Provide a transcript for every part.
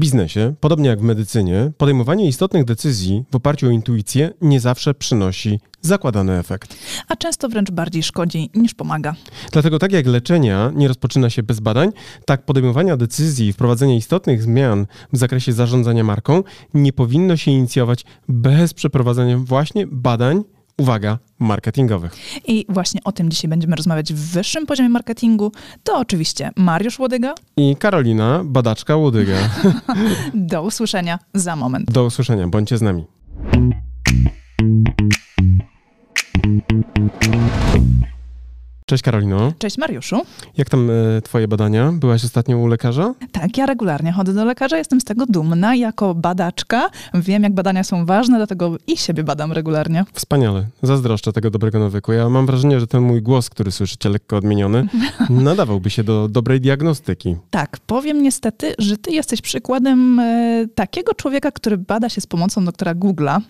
biznesie, podobnie jak w medycynie, podejmowanie istotnych decyzji w oparciu o intuicję nie zawsze przynosi zakładany efekt. A często wręcz bardziej szkodzi niż pomaga. Dlatego tak jak leczenia nie rozpoczyna się bez badań, tak podejmowania decyzji i wprowadzenia istotnych zmian w zakresie zarządzania marką nie powinno się inicjować bez przeprowadzenia właśnie badań, uwaga, marketingowych. I właśnie o tym dzisiaj będziemy rozmawiać w wyższym poziomie marketingu. To oczywiście Mariusz Łodyga i Karolina, badaczka Łodyga. Do usłyszenia za moment. Do usłyszenia, bądźcie z nami. Cześć Karolino. Cześć Mariuszu. Jak tam twoje badania? Byłaś ostatnio u lekarza? Tak, ja regularnie chodzę do lekarza, jestem z tego dumna. Jako badaczka wiem, jak badania są ważne, dlatego i siebie badam regularnie. Wspaniale. Zazdroszczę tego dobrego nawyku. Ja mam wrażenie, że ten mój głos, który słyszycie lekko odmieniony, nadawałby się do dobrej diagnostyki. Tak, powiem niestety, że ty jesteś przykładem takiego człowieka, który bada się z pomocą doktora Google'a.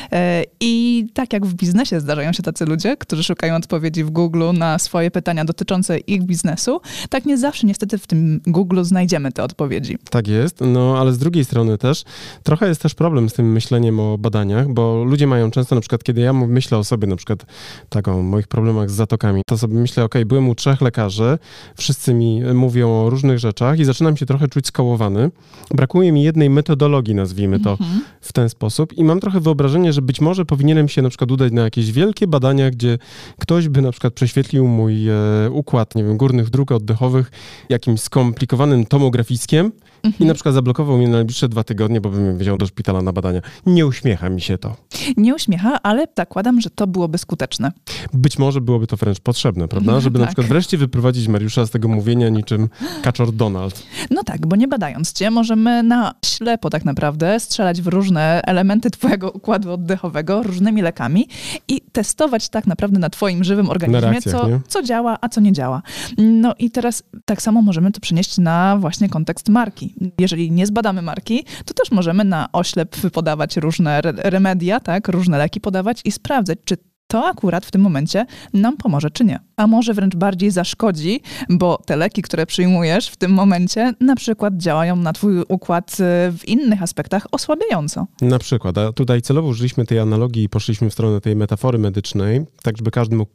I tak jak w biznesie zdarzają się tacy ludzie, którzy szukają odpowiedzi w Google na swoje pytania dotyczące ich biznesu, tak nie zawsze niestety w tym Google znajdziemy te odpowiedzi. Tak jest, no ale z drugiej strony też trochę jest też problem z tym myśleniem o badaniach, bo ludzie mają często na przykład, kiedy ja myślę o sobie na przykład tak o moich problemach z zatokami, to sobie myślę, byłem u 3 lekarzy, wszyscy mi mówią o różnych rzeczach i zaczynam się trochę czuć skołowany. Brakuje mi jednej metodologii, nazwijmy to w ten sposób i mam trochę wyobrażenie, że być może powinienem się na przykład udać na jakieś wielkie badania, gdzie ktoś by na przykład prześwietlił mój układ, nie wiem, górnych dróg oddechowych jakimś skomplikowanym tomografiskiem i na przykład zablokował mnie na najbliższe 2 tygodnie, bo bym wiedział do szpitala na badania. Nie uśmiecha mi się to. Nie uśmiecha, ale zakładam, że to byłoby skuteczne. Być może byłoby to wręcz potrzebne, prawda? Żeby na przykład wreszcie wyprowadzić Mariusza z tego mówienia niczym kaczor Donald. No tak, bo nie badając cię, możemy na ślepo tak naprawdę strzelać w różne elementy twojego układu oddechowego różnymi lekami i testować tak naprawdę na twoim żywym organizmie, co działa, a co nie działa. No i teraz tak samo możemy to przenieść na właśnie kontekst marki. Jeżeli nie zbadamy marki, to też możemy na oślep podawać różne remedia, tak, różne leki podawać i sprawdzać, czy to akurat w tym momencie nam pomoże, czy nie. A może wręcz bardziej zaszkodzi, bo te leki, które przyjmujesz w tym momencie, na przykład działają na twój układ w innych aspektach osłabiająco. Na przykład, a tutaj celowo użyliśmy tej analogii i poszliśmy w stronę tej metafory medycznej, tak żeby każdy mógł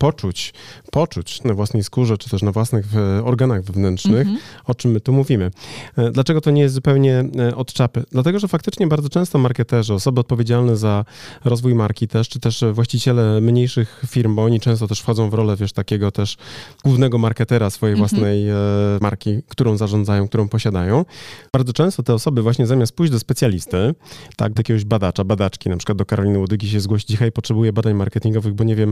poczuć na własnej skórze, czy też na własnych organach wewnętrznych, o czym my tu mówimy. Dlaczego to nie jest zupełnie od czapy? Dlatego, że faktycznie bardzo często marketerzy, osoby odpowiedzialne za rozwój marki też, czy też właściciele mniejszych firm, bo oni często też wchodzą w rolę, takiego też głównego marketera swojej własnej marki, którą zarządzają, którą posiadają. Bardzo często te osoby właśnie zamiast pójść do specjalisty, tak, do jakiegoś badacza, badaczki, na przykład do Karoliny Łodygi się zgłosić, hej, potrzebuję badań marketingowych, bo nie wiem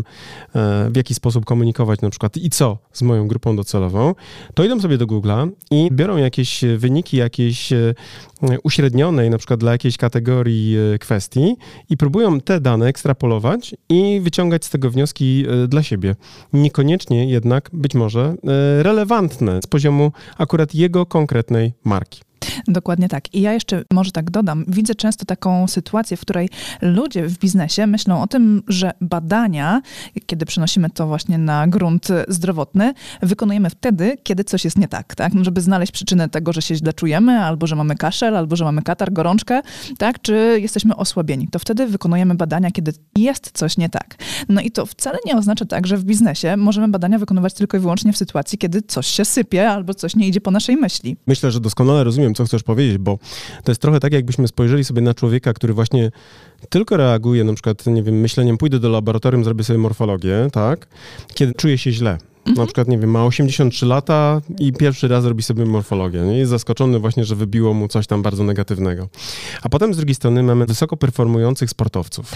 w jaki sposób komunikować na przykład i co z moją grupą docelową, to idą sobie do Google'a i biorą jakieś wyniki, jakieś uśrednionej, na przykład dla jakiejś kategorii kwestii i próbują te dane ekstrapolować i wyciągać z tego wnioski dla siebie. Niekoniecznie jednak być może relevantne z poziomu akurat jego konkretnej marki. Dokładnie tak. I ja jeszcze może tak dodam, widzę często taką sytuację, w której ludzie w biznesie myślą o tym, że badania, kiedy przenosimy to właśnie na grunt zdrowotny, wykonujemy wtedy, kiedy coś jest nie tak, tak? Żeby znaleźć przyczynę tego, że się źle czujemy, albo że mamy kaszel, albo że mamy katar, gorączkę, tak? Czy jesteśmy osłabieni. To wtedy wykonujemy badania, kiedy jest coś nie tak. No i to wcale nie oznacza tak, że w biznesie możemy badania wykonywać tylko i wyłącznie w sytuacji, kiedy coś się sypie, albo coś nie idzie po naszej myśli. Myślę, że doskonale rozumiem, co chcesz powiedzieć, bo to jest trochę tak, jakbyśmy spojrzeli sobie na człowieka, który właśnie tylko reaguje na przykład, nie wiem, myśleniem, pójdę do laboratorium, zrobię sobie morfologię, tak, kiedy czuje się źle. Na przykład, nie wiem, ma 83 lata i pierwszy raz robi sobie morfologię. Nie? Jest zaskoczony właśnie, że wybiło mu coś tam bardzo negatywnego. A potem z drugiej strony mamy wysoko performujących sportowców,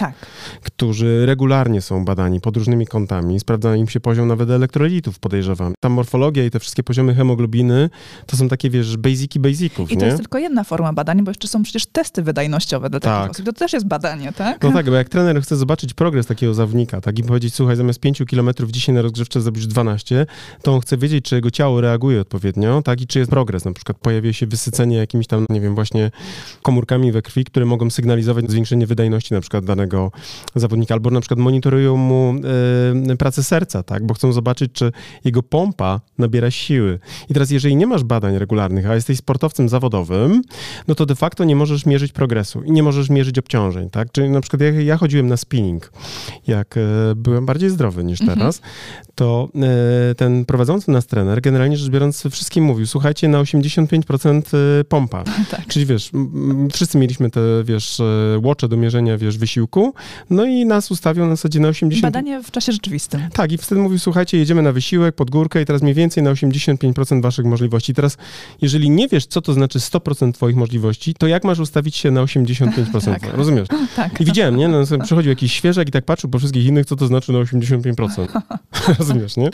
którzy regularnie są badani pod różnymi kątami. Sprawdza im się poziom nawet elektrolitów, podejrzewam. Ta morfologia i te wszystkie poziomy hemoglobiny to są takie, basicki basiców. I to jest tylko jedna forma badań, bo jeszcze są przecież testy wydajnościowe dla takich osób. To też jest badanie, tak? No tak, bo jak trener chce zobaczyć progres takiego zawodnika, tak, i powiedzieć, słuchaj, zamiast 5 km dzisiaj na rozgrzewce zrobisz 12, 15, to on chce wiedzieć, czy jego ciało reaguje odpowiednio, tak, i czy jest progres. Na przykład pojawia się wysycenie jakimiś tam, nie wiem, właśnie komórkami we krwi, które mogą sygnalizować zwiększenie wydajności na przykład danego zawodnika, albo na przykład monitorują mu pracę serca, tak, bo chcą zobaczyć, czy jego pompa nabiera siły. I teraz, jeżeli nie masz badań regularnych, a jesteś sportowcem zawodowym, no to de facto nie możesz mierzyć progresu i nie możesz mierzyć obciążeń, tak? Czyli na przykład ja chodziłem na spinning, jak byłem bardziej zdrowy niż teraz, to ten prowadzący nas trener, generalnie rzecz biorąc, wszystkim mówił, słuchajcie, na 85% pompa. Tak. Czyli wiesz, wszyscy mieliśmy te, wiesz, watche do mierzenia, wiesz, wysiłku, no i nas ustawił na zasadzie na 80%. Badanie w czasie rzeczywistym. Tak, i wtedy mówił, słuchajcie, jedziemy na wysiłek, pod górkę i teraz mniej więcej na 85% waszych możliwości. Teraz, jeżeli nie wiesz, co to znaczy 100% twoich możliwości, to jak masz ustawić się na 85%? Tak. Rozumiesz? Tak. I widziałem, nie? No, przychodził jakiś świeżak i tak patrzył po wszystkich innych, co to znaczy na 85%. Rozumiesz, nie?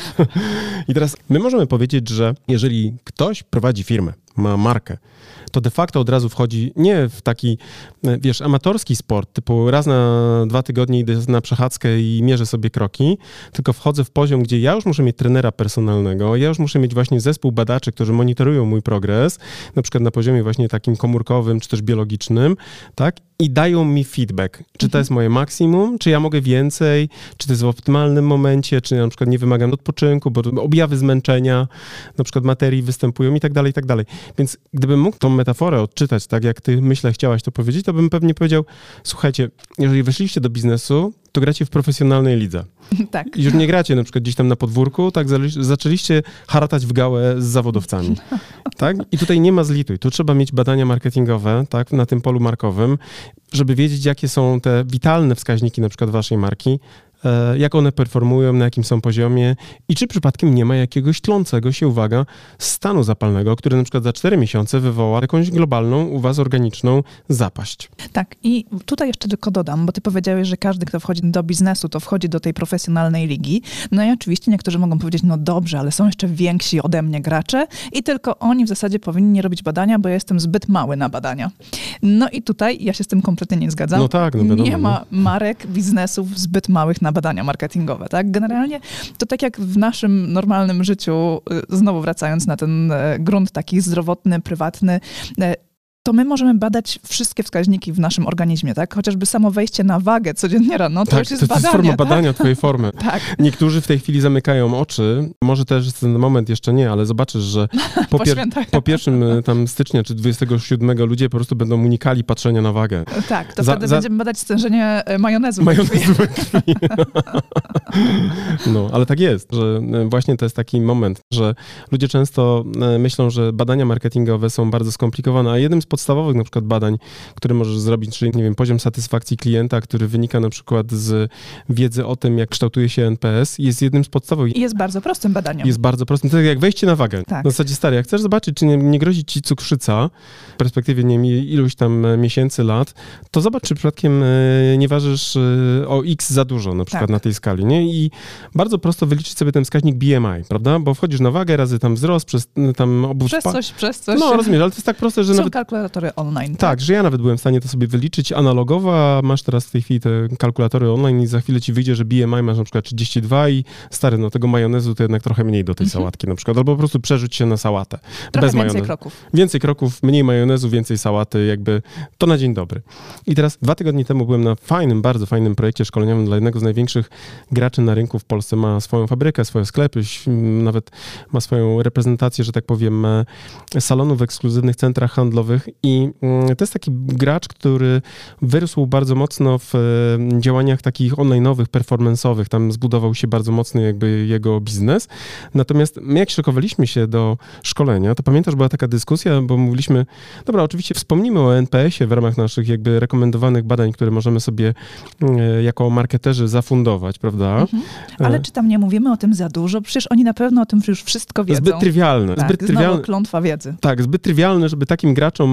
I teraz my możemy powiedzieć, że jeżeli ktoś prowadzi firmę, ma markę, to de facto od razu wchodzi nie w taki, wiesz, amatorski sport, typu raz na 2 tygodnie idę na przechadzkę i mierzę sobie kroki, tylko wchodzę w poziom, gdzie ja już muszę mieć trenera personalnego, ja już muszę mieć właśnie zespół badaczy, którzy monitorują mój progres, na przykład na poziomie właśnie takim komórkowym, czy też biologicznym, tak? I dają mi feedback, czy to jest moje maksimum, czy ja mogę więcej, czy to jest w optymalnym momencie, czy na przykład nie wymagam odpoczynku, bo objawy zmęczenia, na przykład materii występują i tak dalej, i tak dalej. Więc gdybym mógł tą metaforę odczytać tak, jak ty, myślę, chciałaś to powiedzieć, to bym pewnie powiedział, słuchajcie, jeżeli weszliście do biznesu, to gracie w profesjonalnej lidze. Tak. I już nie gracie na przykład gdzieś tam na podwórku, tak, zaczęliście haratać w gałę z zawodowcami. Tak? I tutaj nie ma zlituj. Tu trzeba mieć badania marketingowe, tak, na tym polu markowym, żeby wiedzieć, jakie są te witalne wskaźniki na przykład waszej marki, jak one performują, na jakim są poziomie i czy przypadkiem nie ma jakiegoś tlącego się, uwaga, stanu zapalnego, który na przykład za 4 miesiące wywoła jakąś globalną, u was organiczną zapaść. Tak, i tutaj jeszcze tylko dodam, bo ty powiedziałeś, że każdy, kto wchodzi do biznesu, to wchodzi do tej profesjonalnej ligi. No i oczywiście niektórzy mogą powiedzieć, no dobrze, ale są jeszcze więksi ode mnie gracze i tylko oni w zasadzie powinni robić badania, bo ja jestem zbyt mały na badania. No i tutaj ja się z tym kompletnie nie zgadzam. No tak, no wiadomo, nie ma marek, biznesów zbyt małych na badania marketingowe, tak? Generalnie to tak jak w naszym normalnym życiu, znowu wracając na ten grunt taki zdrowotny, prywatny, to my możemy badać wszystkie wskaźniki w naszym organizmie, tak? Chociażby samo wejście na wagę codziennie rano, to już jest badanie. To jest forma badania twojej formy. Tak. Niektórzy w tej chwili zamykają oczy, może też ten moment jeszcze nie, ale zobaczysz, że po 1 tam stycznia czy 27 ludzie po prostu będą unikali patrzenia na wagę. Tak, to wtedy będziemy badać stężenie majonezu we krwi. No, ale tak jest, że właśnie to jest taki moment, że ludzie często myślą, że badania marketingowe są bardzo skomplikowane, a jednym z podstawowych na przykład badań, które możesz zrobić, czyli nie wiem, poziom satysfakcji klienta, który wynika na przykład z wiedzy o tym, jak kształtuje się NPS, jest jednym z podstawowych. I jest bardzo prostym badaniem. Jest bardzo prostym. To jak wejście na wagę. Tak. Na zasadzie, stary, jak chcesz zobaczyć, czy nie grozi ci cukrzyca w perspektywie, nie wiem, iluś tam miesięcy, lat, to zobacz, czy przypadkiem nie ważysz o X za dużo na przykład na tej skali, nie? I bardzo prosto wyliczyć sobie ten wskaźnik BMI, prawda? Bo wchodzisz na wagę, razy tam wzrost, przez tam obwód... Przez coś. No, rozumiesz, ale to jest tak proste, że są nawet... kalkulatory online. Tak, że ja nawet byłem w stanie to sobie wyliczyć analogowo, a masz teraz w tej chwili te kalkulatory online i za chwilę ci wyjdzie, że BMI masz na przykład 32 i stary, no tego majonezu to jednak trochę mniej do tej sałatki na przykład, albo po prostu przerzuć się na sałatę. Trochę bez więcej majonezu. kroków. Więcej kroków, mniej majonezu, więcej sałaty, jakby to na dzień dobry. I teraz 2 tygodnie temu byłem na fajnym, bardzo fajnym projekcie szkoleniowym dla jednego z największych graczy na rynku w Polsce. Ma swoją fabrykę, swoje sklepy, nawet ma swoją reprezentację, że tak powiem, salonów w ekskluzywnych centrach handlowych i to jest taki gracz, który wyrósł bardzo mocno w działaniach takich online'owych, performance'owych. Tam zbudował się bardzo mocny jakby jego biznes. Natomiast my jak szykowaliśmy się do szkolenia, to pamiętasz, była taka dyskusja, bo mówiliśmy, dobra, oczywiście wspomnimy o NPS-ie w ramach naszych jakby rekomendowanych badań, które możemy sobie jako marketerzy zafundować, prawda? Mhm. Ale czy tam nie mówimy o tym za dużo? Przecież oni na pewno o tym już wszystko wiedzą. Zbyt trywialne. Tak, zbyt trywialne. Klątwa wiedzy. Tak, zbyt trywialne, żeby takim graczom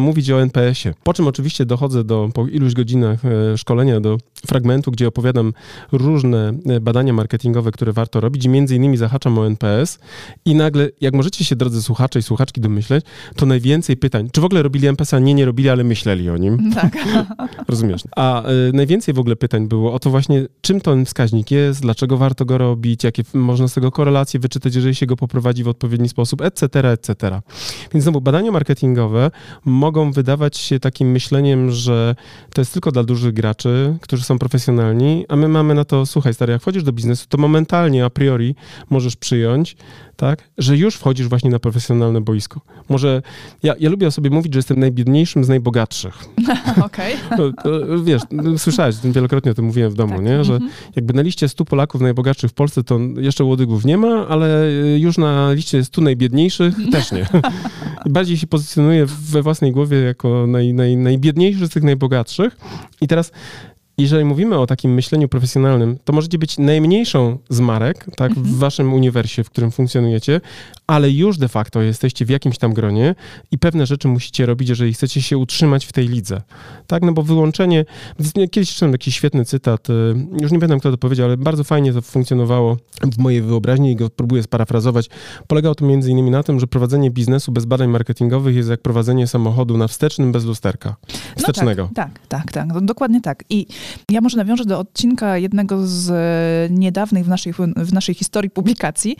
mówić o NPS-ie. Po czym oczywiście dochodzę po iluś godzinach szkolenia do fragmentu, gdzie opowiadam różne badania marketingowe, które warto robić i między innymi zahaczam o NPS i nagle, jak możecie się, drodzy słuchacze i słuchaczki, domyśleć, to najwięcej pytań, czy w ogóle robili NPS-a? Nie robili, ale myśleli o nim. Tak. Rozumiesz? A najwięcej w ogóle pytań było o to właśnie, czym ten wskaźnik jest, dlaczego warto go robić, jakie można z tego korelacje wyczytać, jeżeli się go poprowadzi w odpowiedni sposób, etc., etc. Więc znowu badania marketingowe mogą wydawać się takim myśleniem, że to jest tylko dla dużych graczy, którzy są profesjonalni, a my mamy na to, słuchaj stary, jak wchodzisz do biznesu, to momentalnie a priori możesz przyjąć, tak, że już wchodzisz właśnie na profesjonalne boisko. Może, ja lubię o sobie mówić, że jestem najbiedniejszym z najbogatszych. Okej. Wiesz, słyszałeś, wielokrotnie o tym mówiłem w domu, tak. nie? Że jakby na liście 100 Polaków najbogatszych w Polsce to jeszcze łodygów nie ma, ale już na liście 100 najbiedniejszych też nie. Bardziej się pozycjonuję we własnej głowie jako najbiedniejszy z tych najbogatszych. I teraz jeżeli mówimy o takim myśleniu profesjonalnym, to możecie być najmniejszą z marek, tak, w waszym uniwersie, w którym funkcjonujecie, ale już de facto jesteście w jakimś tam gronie i pewne rzeczy musicie robić, jeżeli chcecie się utrzymać w tej lidze. Tak, no bo wyłączenie... Kiedyś czytałem taki świetny cytat, już nie pamiętam, kto to powiedział, ale bardzo fajnie to funkcjonowało w mojej wyobraźni i go próbuję sparafrazować. Polegało to między innymi na tym, że prowadzenie biznesu bez badań marketingowych jest jak prowadzenie samochodu na wstecznym bez lusterka wstecznego. No tak. No, dokładnie tak. I ja może nawiążę do odcinka jednego z niedawnych w naszej historii publikacji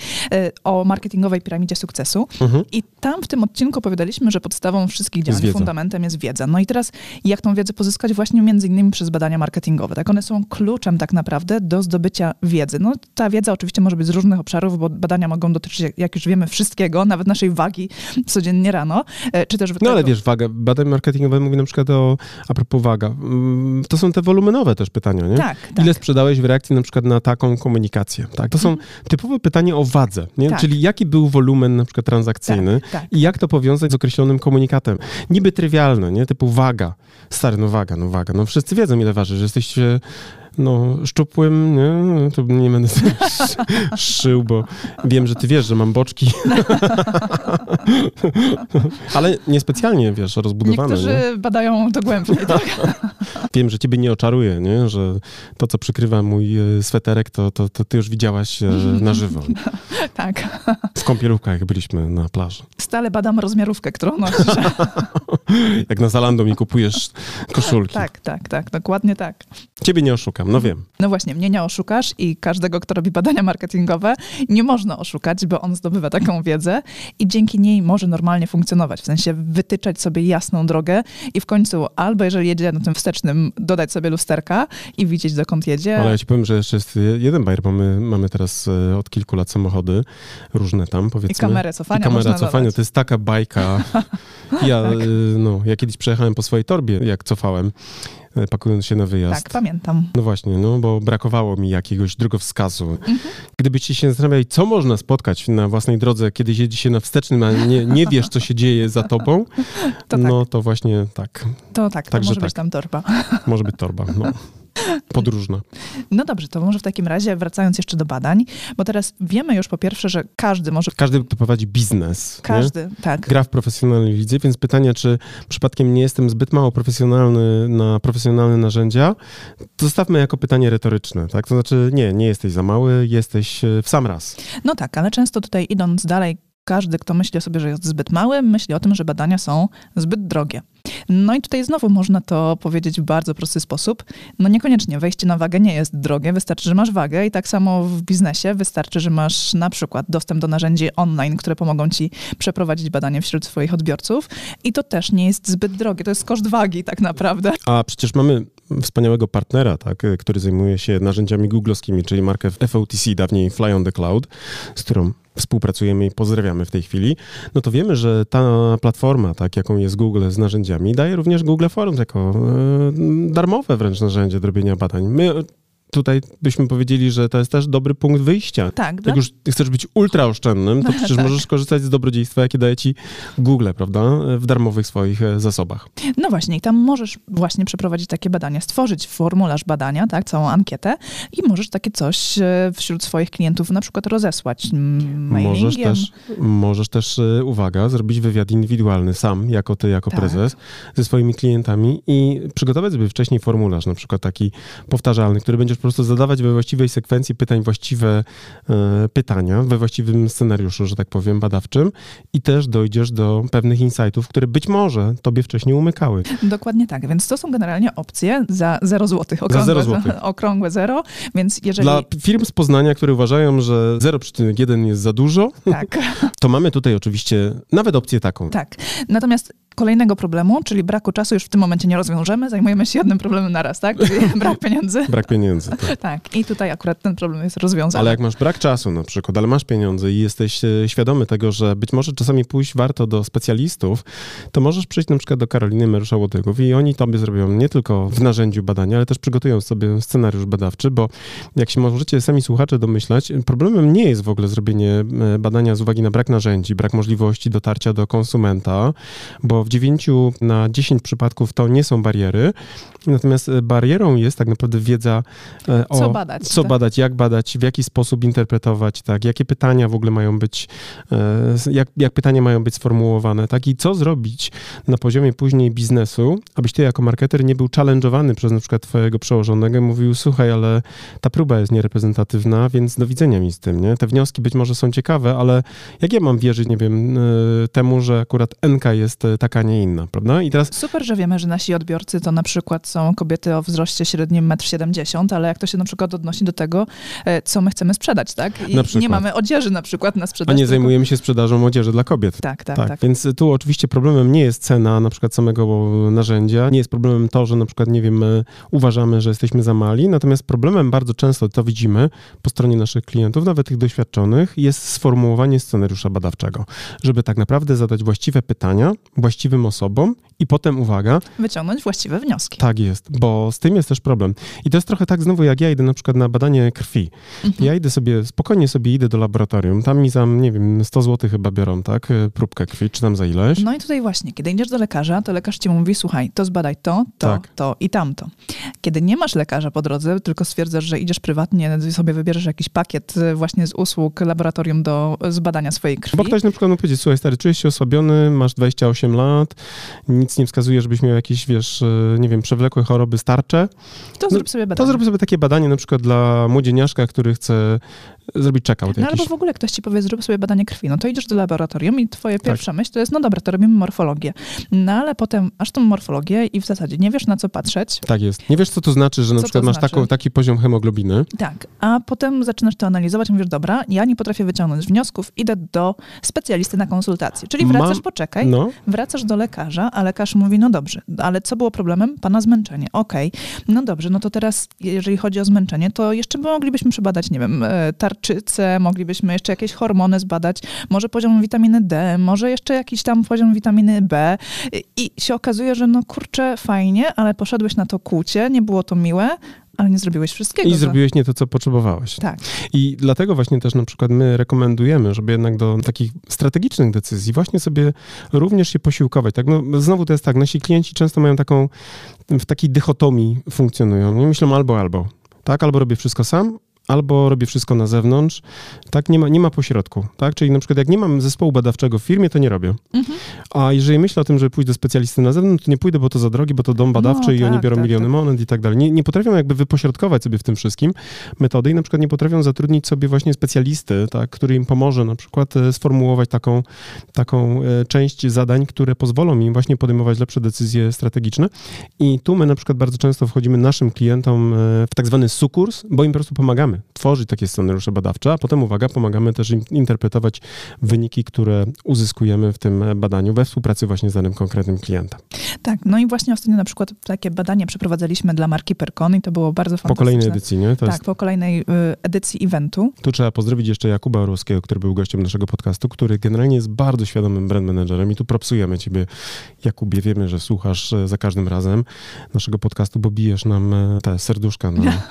o marketingowej piramidzie sukcesu. I tam w tym odcinku opowiadaliśmy, że podstawą wszystkich działań, fundamentem jest wiedza. No i teraz jak tą wiedzę pozyskać? Właśnie między innymi przez badania marketingowe. Tak, one są kluczem tak naprawdę do zdobycia wiedzy. No ta wiedza oczywiście może być z różnych obszarów, bo badania mogą dotyczyć, jak już wiemy, wszystkiego, nawet naszej wagi codziennie rano. Czy też no ale wiesz, waga, badań marketingowe mówi na przykład a propos waga, to są te wolumenowe też pytania, nie? Tak. Ile sprzedałeś w reakcji na przykład na taką komunikację? Tak? To są typowe pytania o wadze, nie? Tak. Czyli jaki był wolumen na przykład transakcyjny i jak to powiązać z określonym komunikatem. Niby trywialne, nie? Typu waga. Stary, waga. No wszyscy wiedzą, ile waży, że jesteś szczupłym, nie? To nie będę szył, bo wiem, że ty wiesz, że mam boczki. Ale niespecjalnie, wiesz, rozbudowane. Niektórzy badają to głębiej, tak? Wiem, że ciebie nie oczaruje, nie? Że to, co przykrywa mój sweterek, to ty już widziałaś na żywo. Tak. W kąpielówkach, jak byliśmy na plaży. Stale badam rozmiarówkę, którą nosisz. Jak na Zalando mi kupujesz koszulki. Tak, dokładnie tak. Ciebie nie oszukam, no wiem. No właśnie, mnie nie oszukasz i każdego, kto robi badania marketingowe, nie można oszukać, bo on zdobywa taką wiedzę i dzięki niej może normalnie funkcjonować, w sensie wytyczać sobie jasną drogę i w końcu albo jeżeli jedzie na tym wstecznym, dodać sobie lusterka i widzieć, dokąd jedzie. Ale ja ci powiem, że jeszcze jest jeden bajer, bo mamy teraz od kilku lat samochody różne tam, powiedzmy. I kamerę cofania. To jest taka bajka. Ja kiedyś przejechałem po swojej torbie, jak cofałem, pakując się na wyjazd. Tak, pamiętam. No właśnie, bo brakowało mi jakiegoś drogowskazu. Gdybyście się zastanawiali, co można spotkać na własnej drodze, kiedy jedzie się na wstecznym, a nie wiesz, co się dzieje za tobą, to właśnie tak. To może być tam torba. Może być torba, podróżna. No dobrze, to może w takim razie wracając jeszcze do badań, bo teraz wiemy już po pierwsze, że każdy, kto prowadzi biznes. Każdy, nie? tak. Gra w profesjonalnej lidze, więc pytanie, czy przypadkiem nie jestem zbyt mało profesjonalny na profesjonalne narzędzia, zostawmy jako pytanie retoryczne, tak? To znaczy nie jesteś za mały, jesteś w sam raz. No tak, ale często tutaj idąc dalej, każdy, kto myśli o sobie, że jest zbyt mały, myśli o tym, że badania są zbyt drogie. No i tutaj znowu można to powiedzieć w bardzo prosty sposób. No niekoniecznie wejście na wagę nie jest drogie, wystarczy, że masz wagę i tak samo w biznesie wystarczy, że masz na przykład dostęp do narzędzi online, które pomogą ci przeprowadzić badanie wśród swoich odbiorców i to też nie jest zbyt drogie. To jest koszt wagi tak naprawdę. A przecież mamy wspaniałego partnera, tak, który zajmuje się narzędziami googlowskimi, czyli markę FOTC, dawniej Fly on the Cloud, z którą współpracujemy i pozdrawiamy w tej chwili, no to wiemy, że ta platforma, tak, jaką jest Google z narzędziami, daje również Google Forms jako darmowe wręcz narzędzie do robienia badań. My tutaj byśmy powiedzieli, że to jest też dobry punkt wyjścia. Tak. Jak już chcesz być ultra oszczędnym, to przecież możesz korzystać z dobrodziejstwa, jakie daje ci Google, prawda? W darmowych swoich zasobach. No właśnie, i tam możesz właśnie przeprowadzić takie badania, stworzyć formularz badania, tak, całą ankietę i możesz takie coś wśród swoich klientów na przykład rozesłać mailingiem. Możesz też, uwaga, zrobić wywiad indywidualny sam, jako ty, jako prezes, ze swoimi klientami i przygotować sobie wcześniej formularz, na przykład taki powtarzalny, który będziesz po prostu zadawać we właściwej sekwencji pytań, właściwe pytania, we właściwym scenariuszu, że tak powiem, badawczym i też dojdziesz do pewnych insightów, które być może tobie wcześniej umykały. Dokładnie tak, więc to są generalnie opcje za 0 zł. Okrągłe 0, więc jeżeli... Dla firm z Poznania, które uważają, że 0,1 jest za dużo, tak. To mamy tutaj oczywiście nawet opcję taką. Tak, natomiast kolejnego problemu, czyli braku czasu, już w tym momencie nie rozwiążemy, zajmujemy się jednym problemem naraz, tak? Czyli brak pieniędzy. Brak pieniędzy, tak. Tak, i tutaj akurat ten problem jest rozwiązany. Ale jak masz brak czasu na przykład, ale masz pieniądze i jesteś świadomy tego, że być może czasami pójść warto do specjalistów, to możesz przyjść na przykład do Karoliny Merusza-Łodyków i oni tobie zrobią nie tylko w narzędziu badania, ale też przygotują sobie scenariusz badawczy, bo jak się możecie sami słuchacze domyślać, problemem nie jest w ogóle zrobienie badania z uwagi na brak narzędzi, brak możliwości dotarcia do konsumenta, bo w 9 na 10 przypadków to nie są bariery, natomiast barierą jest tak naprawdę wiedza o co badać, jak badać, w jaki sposób interpretować, tak, jakie pytania w ogóle mają być, jak pytania mają być sformułowane, tak, i co zrobić na poziomie później biznesu, abyś ty jako marketer nie był challenge'owany przez na przykład twojego przełożonego i mówił, słuchaj, ale ta próba jest niereprezentatywna, więc do widzenia mi z tym, nie? Te wnioski być może są ciekawe, ale jak ja mam wierzyć, nie wiem, temu, że akurat NK jest taka, nie inna, prawda? I teraz... Super, że wiemy, że nasi odbiorcy to na przykład są kobiety o wzroście średnim 1,70 m, ale jak to się na przykład odnosi do tego, co my chcemy sprzedać, tak? I nie mamy odzieży na przykład na sprzedaż. A nie zajmujemy się sprzedażą odzieży dla kobiet. Tak. Więc tu oczywiście problemem nie jest cena na przykład samego narzędzia, nie jest problemem to, że na przykład, nie wiem, uważamy, że jesteśmy za mali, natomiast problemem bardzo często, to widzimy po stronie naszych klientów, nawet tych doświadczonych, jest sformułowanie scenariusza badawczego, żeby tak naprawdę zadać właściwe pytania, właściwym osobom i potem, uwaga, wyciągnąć właściwe wnioski. Tak jest, bo z tym jest też problem. I to jest trochę tak znowu, jak ja idę na przykład na badanie krwi. Ja idę sobie, spokojnie sobie idę do laboratorium, tam mi za, nie wiem, 100 zł chyba biorą, tak, próbkę krwi, czy tam za ileś. No i tutaj właśnie, kiedy idziesz do lekarza, to lekarz ci mówi, słuchaj, to zbadaj to i tamto. Kiedy nie masz lekarza po drodze, tylko stwierdzasz, że idziesz prywatnie, sobie wybierzesz jakiś pakiet właśnie z usług laboratorium do zbadania swojej krwi. Bo ktoś na przykład powiedzieć, słuchaj stary, czujesz się osłabiony, masz 28 lat, nic nie wskazuje, żebyś miał jakieś, wiesz, nie wiem, przewlekłe choroby starcze. Zrób sobie badanie. To zrób sobie takie badanie na przykład dla młodzieniaszka, który chce zrobić check-out jakiś. Albo w ogóle ktoś ci powie, zrób sobie badanie krwi. No to idziesz do laboratorium i twoja pierwsza myśl to jest, no dobra, to robimy morfologię. No ale potem masz tą morfologię i w zasadzie nie wiesz, na co patrzeć. Tak jest. Nie wiesz, co to znaczy, że na przykład masz taki poziom hemoglobiny. Tak. A potem zaczynasz to analizować i mówisz, dobra, ja nie potrafię wyciągnąć wniosków, idę do specjalisty na konsultację. Czyli wracasz, wracasz do lekarza, a lekarz mówi, no dobrze, ale co było problemem? Pana zmęczenie. Okej. No dobrze, no to teraz, jeżeli chodzi o zmęczenie, to jeszcze moglibyśmy przebadać, nie wiem, tarczycę, moglibyśmy jeszcze jakieś hormony zbadać, może poziom witaminy D, może jeszcze jakiś tam poziom witaminy B i się okazuje, że no kurczę, fajnie, ale poszedłeś na to kłucie, nie było to miłe, ale nie zrobiłeś wszystkiego. I zrobiłeś nie to, co potrzebowałeś. Tak. I dlatego właśnie też na przykład my rekomendujemy, żeby jednak do takich strategicznych decyzji właśnie sobie również się posiłkować. Tak? No, znowu to jest tak, nasi klienci często mają taką, w takiej dychotomii funkcjonują. Nie myślą albo. Tak? Albo robię wszystko sam, albo robię wszystko na zewnątrz, tak? Nie ma pośrodku, tak? Czyli na przykład jak nie mam zespołu badawczego w firmie, to nie robię. A jeżeli myślę o tym, że pójdę do specjalisty na zewnątrz, to nie pójdę, bo to za drogi, bo to dom badawczy i oni biorą miliony monet i tak dalej. Nie potrafią jakby wypośrodkować sobie w tym wszystkim metody i na przykład nie potrafią zatrudnić sobie właśnie specjalisty, tak? Który im pomoże na przykład sformułować taką część zadań, które pozwolą im właśnie podejmować lepsze decyzje strategiczne. I tu my na przykład bardzo często wchodzimy naszym klientom w tak zwany sukurs, bo im po prostu pomagamy tworzyć takie scenariusze badawcze, a potem, uwaga, pomagamy też im interpretować wyniki, które uzyskujemy w tym badaniu w we współpracy właśnie z danym konkretnym klientem. Tak, no i właśnie ostatnio na przykład takie badanie przeprowadzaliśmy dla marki Pyrkon i to było bardzo fantastyczne. Po kolejnej edycji, nie? Po kolejnej edycji eventu. Tu trzeba pozdrowić jeszcze Jakuba Orłowskiego, który był gościem naszego podcastu, który generalnie jest bardzo świadomym brand managerem i tu propsujemy ciebie, Jakubie. Wiemy, że słuchasz za każdym razem naszego podcastu, bo bijesz nam te serduszka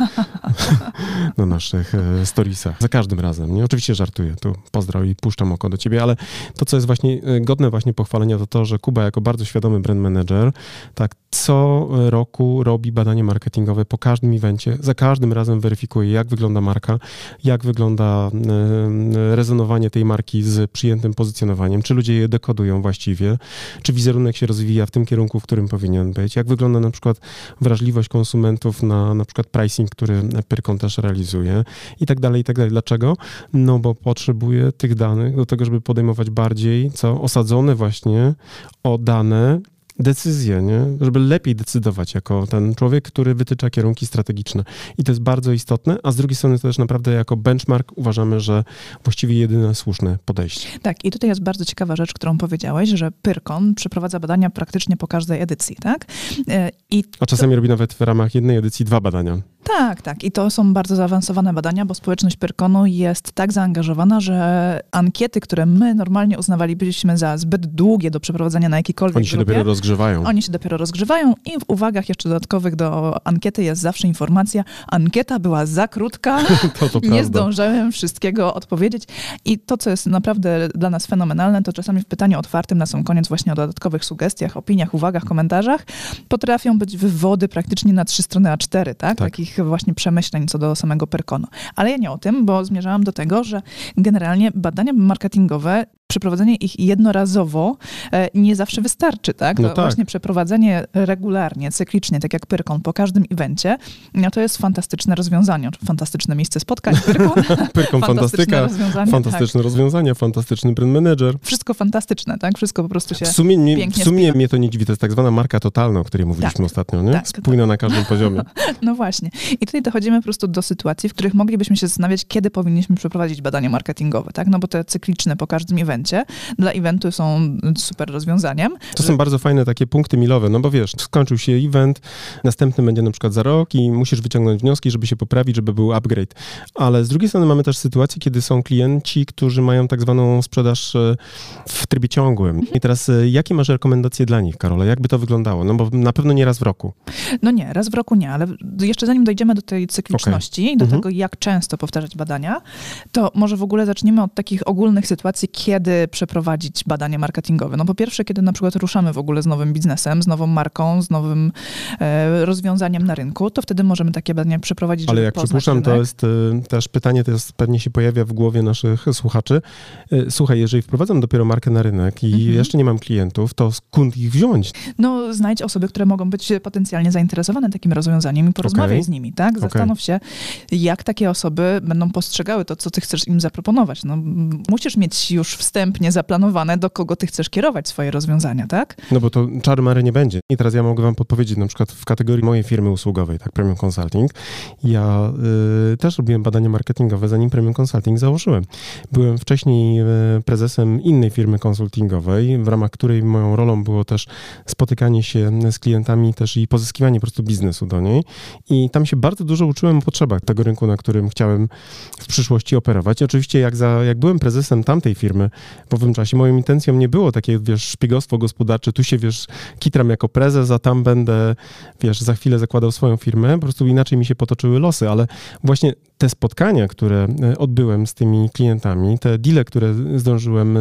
na naszych storiesach. Za każdym razem, nie? Oczywiście żartuję, tu pozdrawiam i puszczam oko do ciebie, ale to, co jest właśnie godne właśnie pochwalenia, to, że Kuba jako bardzo świadomy brand manager, tak co roku robi badanie marketingowe po każdym evencie, za każdym razem weryfikuje, jak wygląda marka, jak wygląda rezonowanie tej marki z przyjętym pozycjonowaniem, czy ludzie je dekodują właściwie, czy wizerunek się rozwija w tym kierunku, w którym powinien być, jak wygląda na przykład wrażliwość konsumentów na przykład pricing, który Pyrkon też realizuje i tak dalej, i tak dalej. Dlaczego? No bo potrzebuje tych danych do tego, żeby podejmować bardziej osadzone właśnie o dane decyzje, nie? Żeby lepiej decydować jako ten człowiek, który wytycza kierunki strategiczne. I to jest bardzo istotne, a z drugiej strony to też naprawdę jako benchmark uważamy, że właściwie jedyne słuszne podejście. Tak, i tutaj jest bardzo ciekawa rzecz, którą powiedziałeś, że Pyrkon przeprowadza badania praktycznie po każdej edycji, tak? A czasami robi nawet w ramach jednej edycji 2 badania. Tak. I to są bardzo zaawansowane badania, bo społeczność Pyrkonu jest tak zaangażowana, że ankiety, które my normalnie uznawalibyśmy za zbyt długie do przeprowadzenia na jakikolwiek Oni się dopiero rozgrzewają. Oni się dopiero rozgrzewają i w uwagach jeszcze dodatkowych do ankiety jest zawsze informacja, ankieta była za krótka, to nie zdążyłem wszystkiego odpowiedzieć. I to, co jest naprawdę dla nas fenomenalne, to czasami w pytaniu otwartym na sam koniec właśnie o dodatkowych sugestiach, opiniach, uwagach, komentarzach potrafią być wywody praktycznie na 3 strony A4, tak? Takich właśnie przemyśleń co do samego Pyrkonu. Ale ja nie o tym, bo zmierzałam do tego, że generalnie badania marketingowe, przeprowadzenie ich jednorazowo nie zawsze wystarczy, tak? No tak. Właśnie przeprowadzenie regularnie, cyklicznie, tak jak Pyrkon po każdym evencie, no to jest fantastyczne rozwiązanie. Fantastyczne miejsce spotkań, Pyrkon fantastyka, fantastyczne rozwiązania, fantastyczny brand manager. Wszystko fantastyczne, tak? Wszystko po prostu się W sumie mnie to nie dziwi, to jest tak zwana marka totalna, o której mówiliśmy ostatnio, nie? Spójna na każdym poziomie. No właśnie. I tutaj dochodzimy po prostu do sytuacji, w których moglibyśmy się zastanawiać, kiedy powinniśmy przeprowadzić badania marketingowe, tak? No bo te cykliczne po każdym evencie dla eventu są super rozwiązaniem. To są bardzo fajne takie punkty milowe, no bo wiesz, skończył się event, następny będzie na przykład za rok i musisz wyciągnąć wnioski, żeby się poprawić, żeby był upgrade. Ale z drugiej strony mamy też sytuację, kiedy są klienci, którzy mają tak zwaną sprzedaż w trybie ciągłym. I teraz jakie masz rekomendacje dla nich, Karola? Jak by to wyglądało? No bo na pewno nie raz w roku. No nie, raz w roku nie, ale jeszcze zanim dojdziemy do tej cykliczności, do tego, jak często powtarzać badania, to może w ogóle zaczniemy od takich ogólnych sytuacji, kiedy przeprowadzić badanie marketingowe. No po pierwsze, kiedy na przykład ruszamy w ogóle z nowym biznesem, z nową marką, z nowym rozwiązaniem na rynku, to wtedy możemy takie badania przeprowadzić. Ale jak przypuszczam, to jest też pytanie, pewnie się pojawia w głowie naszych słuchaczy. Słuchaj, jeżeli wprowadzam dopiero markę na rynek i jeszcze nie mam klientów, to skąd ich wziąć? No znajdź osoby, które mogą być potencjalnie zainteresowane takim rozwiązaniem i porozmawiaj z nimi, tak? Zastanów się, jak takie osoby będą postrzegały to, co ty chcesz im zaproponować. No, musisz mieć już wstępnie zaplanowane, do kogo ty chcesz kierować swoje rozwiązania, tak? No bo to czary-mary nie będzie. I teraz ja mogę wam podpowiedzieć, na przykład w kategorii mojej firmy usługowej, tak, Premium Consulting, ja też robiłem badania marketingowe, zanim Premium Consulting założyłem. Byłem wcześniej prezesem innej firmy konsultingowej, w ramach której moją rolą było też spotykanie się z klientami też i pozyskiwanie po prostu biznesu do niej. I tam się bardzo dużo uczyłem o potrzebach tego rynku, na którym chciałem w przyszłości operować. I oczywiście jak byłem prezesem tamtej firmy w owym czasie, moją intencją nie było takie, szpiegostwo gospodarcze, tu się, kitram jako prezes, a tam będę, za chwilę zakładał swoją firmę, po prostu inaczej mi się potoczyły losy, ale właśnie te spotkania, które odbyłem z tymi klientami, te deale, które zdążyłem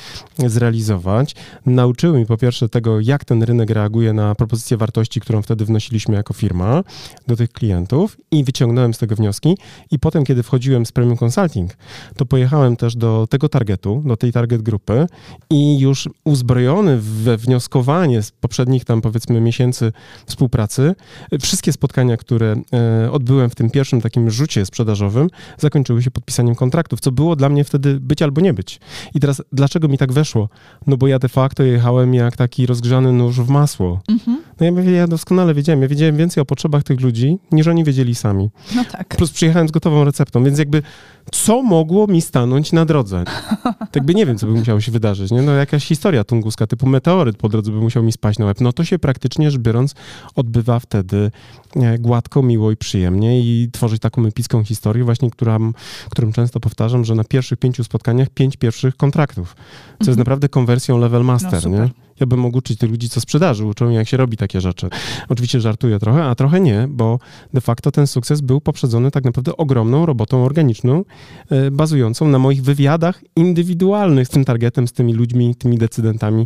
zrealizować, nauczyły mi po pierwsze tego, jak ten rynek reaguje na propozycję wartości, którą wtedy wnosiliśmy jako firma do tych klientów i wyciągnąłem z tego wnioski i potem, kiedy wchodziłem z Premium Consulting, to pojechałem też do tego targetu, do tej target grupy i już uzbrojony we wnioskowanie z poprzednich tam powiedzmy miesięcy współpracy, wszystkie spotkania, które odbyłem w tym pierwszym takim rzucie sprzedażowym, zakończyły się podpisaniem kontraktów, co było dla mnie wtedy być albo nie być. I teraz dlaczego mi tak weszło? No bo ja de facto jechałem jak taki rozgrzany nóż w masło. No ja doskonale wiedziałem, wiedziałem więcej o potrzebach tych ludzi, niż oni wiedzieli sami. No tak. Plus przyjechałem z gotową receptą, więc jakby co mogło mi stanąć na drodze? Tak by nie wiem, co by musiało się wydarzyć, nie? No jakaś historia tunguska, typu meteoryt po drodze by musiał mi spaść na łeb. No to się praktycznie rzecz biorąc odbywa wtedy gładko, miło i przyjemnie i tworzyć taką epicką historię właśnie, którą często powtarzam, że na pierwszych 5 spotkaniach 5 pierwszych kontraktów, co jest naprawdę konwersją level master, nie? Ja bym mógł uczyć tych ludzi, co sprzedaży, uczą jak się robi takie rzeczy. Oczywiście żartuję trochę, a trochę nie, bo de facto ten sukces był poprzedzony tak naprawdę ogromną robotą organiczną, bazującą na moich wywiadach indywidualnych z tym targetem, z tymi ludźmi, tymi decydentami,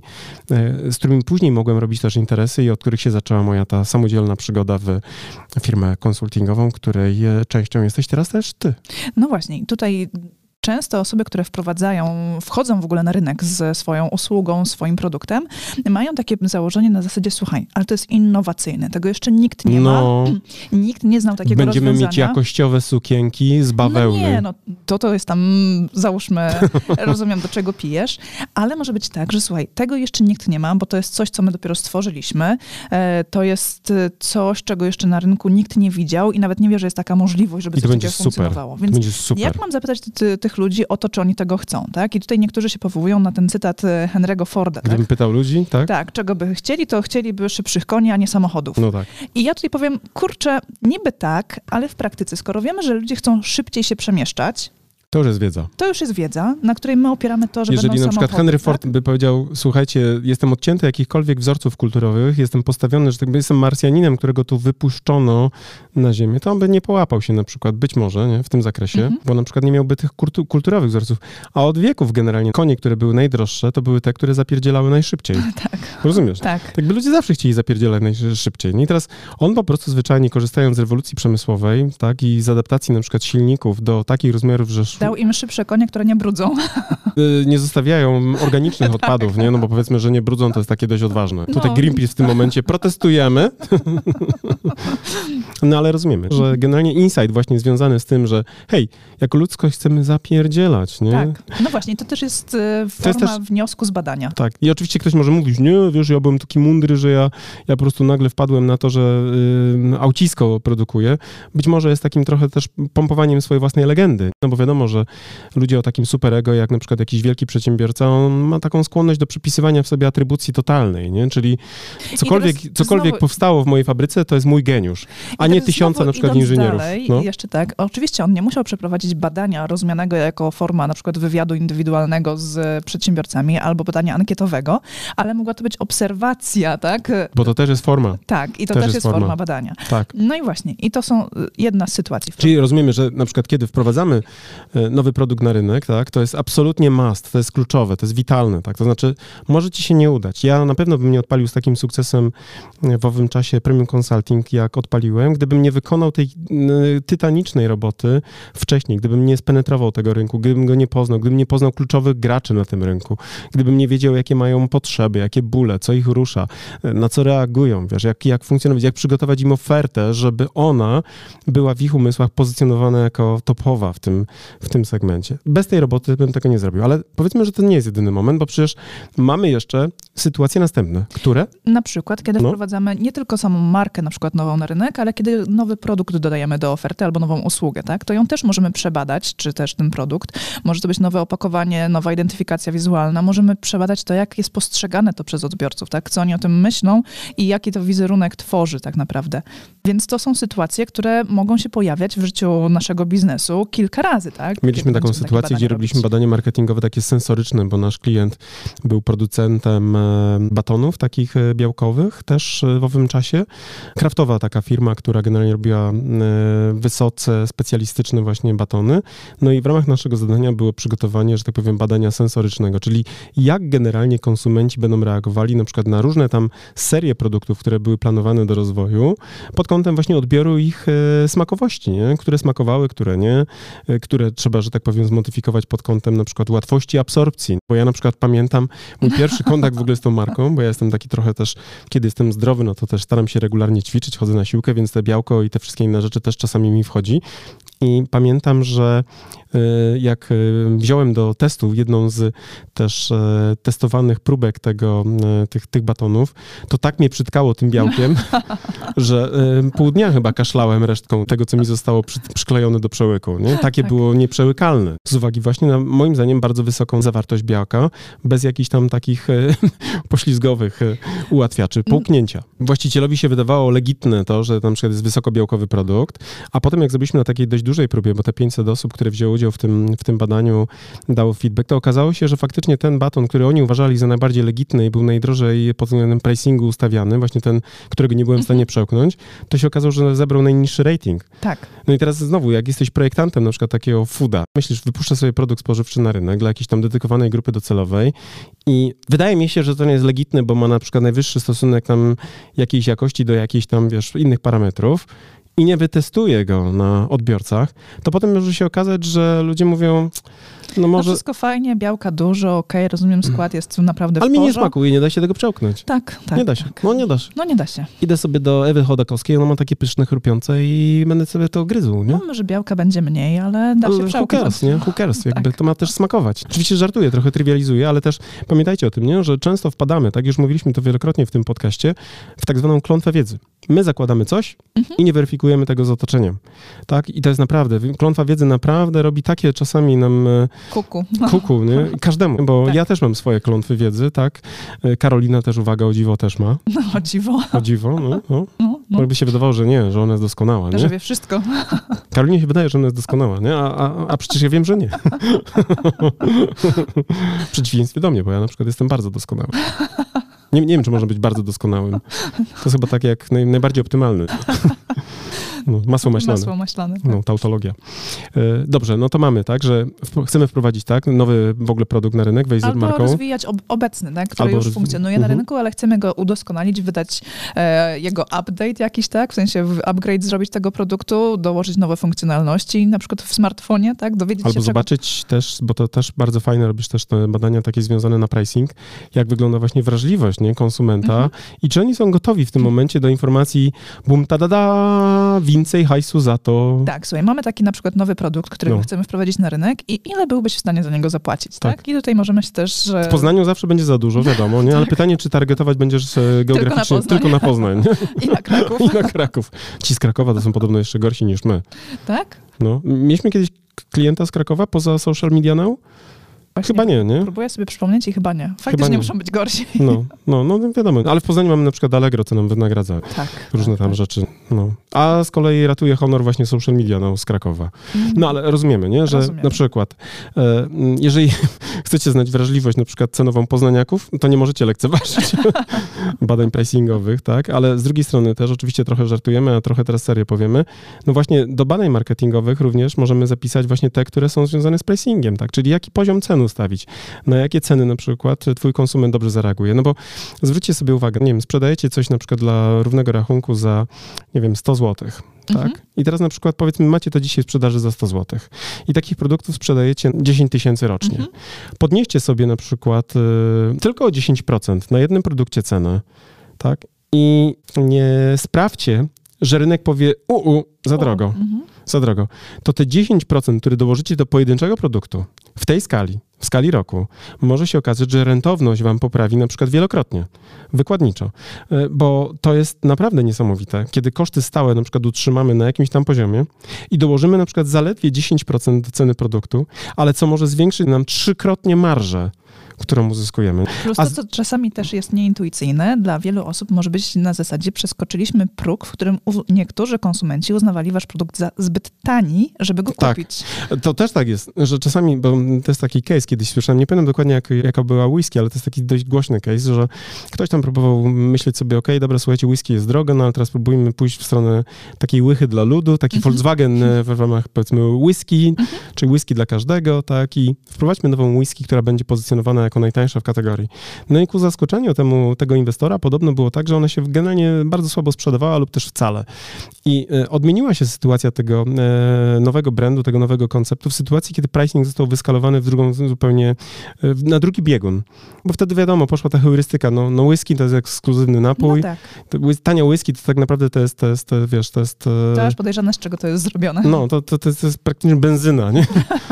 z którymi później mogłem robić też interesy i od których się zaczęła moja ta samodzielna przygoda w firmę konsultingową, której częścią jesteś teraz też ty. No właśnie, tutaj często osoby, które wchodzą w ogóle na rynek ze swoją usługą, swoim produktem, mają takie założenie na zasadzie, słuchaj, ale to jest innowacyjne, tego jeszcze nikt nie ma, nikt nie znał takiego rozwiązania. Będziemy mieć jakościowe sukienki z bawełny. No nie, no to jest tam, załóżmy, rozumiem, do czego pijesz, ale może być tak, że słuchaj, tego jeszcze nikt nie ma, bo to jest coś, co my dopiero stworzyliśmy, to jest coś, czego jeszcze na rynku nikt nie widział i nawet nie wie, że jest taka możliwość, żeby coś takiego funkcjonowało. Więc będzie super. Jak mam zapytać tych ludzi o to, czy oni tego chcą, tak? I tutaj niektórzy się powołują na ten cytat Henry'ego Forda, tak? Gdybym pytał ludzi, tak? Tak, czego by chcieli, to chcieliby szybszych koni, a nie samochodów. No tak. I ja tutaj powiem, kurczę, niby tak, ale w praktyce, skoro wiemy, że ludzie chcą szybciej się przemieszczać, to już jest wiedza. To już jest wiedza, na której my opieramy to, że jeżeli będą na przykład Henry Ford by powiedział, słuchajcie, jestem odcięty jakichkolwiek wzorców kulturowych, jestem postawiony, że tak jestem Marsjaninem, którego tu wypuszczono na ziemię, to on by nie połapał się na przykład, być może, nie, w tym zakresie, bo na przykład nie miałby tych kulturowych wzorców. A od wieków generalnie konie, które były najdroższe, to były te, które zapierdzielały najszybciej. Tak. Rozumiesz? Tak. Tak by ludzie zawsze chcieli zapierdzielać najszybciej. No i teraz on po prostu zwyczajnie, korzystając z rewolucji przemysłowej, tak, i z adaptacji na przykład silników do takich rozmiarów, że dał im szybsze konie, które nie brudzą. Nie zostawiają organicznych odpadów, nie? No bo powiedzmy, że nie brudzą, to jest takie dość odważne. Tutaj Greenpeace w tym momencie protestujemy. No ale rozumiemy, że generalnie insight właśnie związany z tym, że hej, jako ludzkość chcemy zapierdzielać, nie? Tak. No właśnie, to też jest forma wniosku z badania. Tak. I oczywiście ktoś może mówić, nie, wiesz, ja byłem taki mądry, że ja po prostu nagle wpadłem na to, że aucisko produkuję. Być może jest takim trochę też pompowaniem swojej własnej legendy. No bo wiadomo, że ludzie o takim superego, jak na przykład jakiś wielki przedsiębiorca, on ma taką skłonność do przypisywania w sobie atrybucji totalnej, nie? Czyli cokolwiek powstało w mojej fabryce, to jest mój geniusz, a nie tysiąca na przykład inżynierów. Dalej, jeszcze tak, oczywiście on nie musiał przeprowadzić badania rozumianego jako forma na przykład wywiadu indywidualnego z przedsiębiorcami albo badania ankietowego, ale mogła to być obserwacja, tak? Bo to też jest forma. Tak, i to też jest forma badania. Tak. No i właśnie, i to są jedna z sytuacji. Czyli rozumiemy, że na przykład kiedy wprowadzamy nowy produkt na rynek, tak, to jest absolutnie must, to jest kluczowe, to jest witalne, tak, to znaczy może ci się nie udać. Ja na pewno bym nie odpalił z takim sukcesem w owym czasie Premium Consulting, jak odpaliłem, gdybym nie wykonał tej tytanicznej roboty wcześniej, gdybym nie spenetrował tego rynku, gdybym go nie poznał, gdybym nie poznał kluczowych graczy na tym rynku, gdybym nie wiedział, jakie mają potrzeby, jakie bóle, co ich rusza, na co reagują, wiesz, jak funkcjonować, jak przygotować im ofertę, żeby ona była w ich umysłach pozycjonowana jako topowa w tym segmencie. Bez tej roboty bym tego nie zrobił, ale powiedzmy, że to nie jest jedyny moment, bo przecież mamy jeszcze sytuacje następne, które? Na przykład, kiedy wprowadzamy nie tylko samą markę na przykład nową na rynek, ale kiedy nowy produkt dodajemy do oferty albo nową usługę, tak? To ją też możemy przebadać, czy też ten produkt. Może to być nowe opakowanie, nowa identyfikacja wizualna. Możemy przebadać to, jak jest postrzegane to przez odbiorców, tak? Co oni o tym myślą i jaki to wizerunek tworzy tak naprawdę. Więc to są sytuacje, które mogą się pojawiać w życiu naszego biznesu kilka razy, tak? Mieliśmy taką sytuację, gdzie robiliśmy badanie marketingowe takie sensoryczne, bo nasz klient był producentem batonów takich białkowych też w owym czasie. Kraftowa taka firma, która generalnie robiła wysoce specjalistyczne właśnie batony. No i w ramach naszego zadania było przygotowanie, że tak powiem, badania sensorycznego, czyli jak generalnie konsumenci będą reagowali na przykład na różne tam serie produktów, które były planowane do rozwoju, pod kątem właśnie odbioru ich smakowości, nie? Które smakowały, które nie, które trzeba, że tak powiem, zmodyfikować pod kątem na przykład łatwości absorpcji. Bo ja na przykład pamiętam mój pierwszy kontakt w ogóle z tą marką, bo ja jestem taki trochę też, kiedy jestem zdrowy, no to też staram się regularnie ćwiczyć, chodzę na siłkę, więc te białko i te wszystkie inne rzeczy też czasami mi wchodzi. I pamiętam, że jak wziąłem do testu jedną z też testowanych próbek tych batonów, to tak mnie przytkało tym białkiem, że pół dnia chyba kaszlałem resztką tego, co mi zostało przyklejone do przełyku. Nie? Takie było nieprzełykalne. Z uwagi właśnie na, moim zdaniem, bardzo wysoką zawartość białka, bez jakichś tam takich poślizgowych ułatwiaczy, połknięcia. Właścicielowi się wydawało legitne to, że na przykład jest wysokobiałkowy produkt, a potem jak zrobiliśmy na takiej dość dużej próbie, bo te 500 osób, które wzięło udział w tym badaniu, dało feedback, to okazało się, że faktycznie ten baton, który oni uważali za najbardziej legitny i był najdrożej pod względem pricingu ustawiany, właśnie ten, którego nie byłem w stanie przełknąć, to się okazało, że zebrał najniższy rating. Tak. No i teraz znowu, jak jesteś projektantem na przykład takiego fooda, myślisz, wypuszczasz sobie produkt spożywczy na rynek dla jakiejś tam dedykowanej grupy docelowej i wydaje mi się, że to nie jest legitne, bo ma na przykład najwyższy stosunek tam jakiejś jakości do jakichś tam, innych parametrów i nie wytestuje go na odbiorcach, to potem może się okazać, że ludzie mówią, no może... No wszystko fajnie, białka dużo, okej, rozumiem, skład jest naprawdę w Ale porządku. mi nie smakuje, nie da się tego przełknąć. Tak. Nie da się. Tak. No nie dasz. No nie da się. Idę sobie do Ewy Chodakowskiej, ona ma takie pyszne, chrupiące i będę sobie to gryzł, nie? No może białka będzie mniej, ale da się przełknąć. Who cares, nie? Who cares, jakby to ma też smakować. Oczywiście żartuję, trochę trywializuję, ale też pamiętajcie o tym, nie? Że często wpadamy, tak już mówiliśmy to wielokrotnie w tym podcaście, w tak zwaną klątwę wiedzy. My zakładamy coś i nie weryfikujemy tego z otoczeniem. Tak? I to jest naprawdę, klątwa wiedzy naprawdę robi takie czasami nam kuku, nie? Każdemu, bo ja też mam swoje klątwy wiedzy, tak? Karolina też, uwaga, o dziwo też ma. No, o dziwo. O dziwo, no. Jakby się wydawało, że nie, że ona jest doskonała, nie? Że wie wszystko. Karolinie się wydaje, że ona jest doskonała, nie? A przecież ja wiem, że nie. W przeciwieństwie do mnie, bo ja na przykład jestem bardzo doskonały. Nie wiem, czy można być bardzo doskonałym. To jest chyba tak jak najbardziej optymalny. No, masło maślane. No, tautologia. Dobrze, no to mamy, tak, że chcemy wprowadzić, tak, nowy w ogóle produkt na rynek, wejść z marką. Albo rozwijać obecny, tak, który już funkcjonuje na rynku, ale chcemy go udoskonalić, wydać jego update jakiś, tak, w sensie upgrade zrobić tego produktu, dołożyć nowe funkcjonalności, na przykład w smartfonie, tak, dowiedzieć się... Albo zobaczyć też, bo to też bardzo fajne, robisz też te badania takie związane na pricing, jak wygląda właśnie wrażliwość, nie, konsumenta i czy oni są gotowi w tym momencie do informacji bum, więcej hajsu za to. Tak, słuchaj, mamy taki na przykład nowy produkt, który chcemy wprowadzić na rynek i ile byłbyś w stanie za niego zapłacić, tak? I tutaj możemy się też... W Poznaniu zawsze będzie za dużo, wiadomo, nie? Ale pytanie, czy targetować będziesz geograficznie tylko na Poznań. I na Kraków. I na Kraków. Ci z Krakowa to są podobno jeszcze gorsi niż my. Tak? No. Mieliśmy kiedyś klienta z Krakowa poza social media now? Właśnie chyba nie? Próbuję sobie przypomnieć i chyba nie. Faktycznie muszą być gorsi. No wiadomo. Ale w Poznaniu mamy na przykład Allegro, co nam wynagradza różne tam rzeczy. No. A z kolei ratuje honor właśnie social media z Krakowa. No ale rozumiemy, nie? Że na przykład jeżeli chcecie znać wrażliwość na przykład cenową poznaniaków, to nie możecie lekceważyć badań pricingowych, tak? Ale z drugiej strony też oczywiście trochę żartujemy, a trochę teraz serio powiemy. No właśnie do badań marketingowych również możemy zapisać właśnie te, które są związane z pricingiem, tak? Czyli jaki poziom cen ustawić, na jakie ceny na przykład twój konsument dobrze zareaguje. No bo zwróćcie sobie uwagę, nie wiem, sprzedajecie coś na przykład dla równego rachunku za, nie wiem, 100 zł, tak? I teraz na przykład powiedzmy, macie to dzisiaj w sprzedaży za 100 zł i takich produktów sprzedajecie 10 000 rocznie. Podnieście sobie na przykład tylko o 10% na jednym produkcie cenę, tak? I nie sprawdźcie, że rynek powie za drogo. Za drogo. To te 10%, które dołożycie do pojedynczego produktu w tej skali, w skali roku, może się okazać, że rentowność wam poprawi na przykład wielokrotnie, wykładniczo, bo to jest naprawdę niesamowite, kiedy koszty stałe na przykład utrzymamy na jakimś tam poziomie i dołożymy na przykład zaledwie 10% do ceny produktu, ale co może zwiększyć nam 3-krotnie marżę, którą uzyskujemy. Plus to, co czasami też jest nieintuicyjne, dla wielu osób może być na zasadzie przeskoczyliśmy próg, w którym niektórzy konsumenci uznawali wasz produkt za zbyt tani, żeby go kupić. To też tak jest, że czasami, bo to jest taki case, kiedyś słyszałem, nie pamiętam dokładnie jaka była whisky, ale to jest taki dość głośny case, że ktoś tam próbował myśleć sobie, dobra, słuchajcie, whisky jest droga, no ale teraz próbujmy pójść w stronę takiej łychy dla ludu, taki Volkswagen w ramach, powiedzmy, whisky, czy whisky dla każdego, tak, i wprowadźmy nową whisky, która będzie pozycjonowana jako najtańsza w kategorii. No i ku zaskoczeniu tego inwestora podobno było tak, że ona się generalnie bardzo słabo sprzedawała lub też wcale. I odmieniła się sytuacja tego nowego brandu, tego nowego konceptu w sytuacji, kiedy pricing został wyskalowany na drugi biegun. Bo wtedy wiadomo, poszła ta heurystyka, no whisky to jest ekskluzywny napój. No tak. Tania whisky to tak naprawdę to jest To aż podejrzane, z czego to jest zrobione. No, to jest praktycznie benzyna, nie?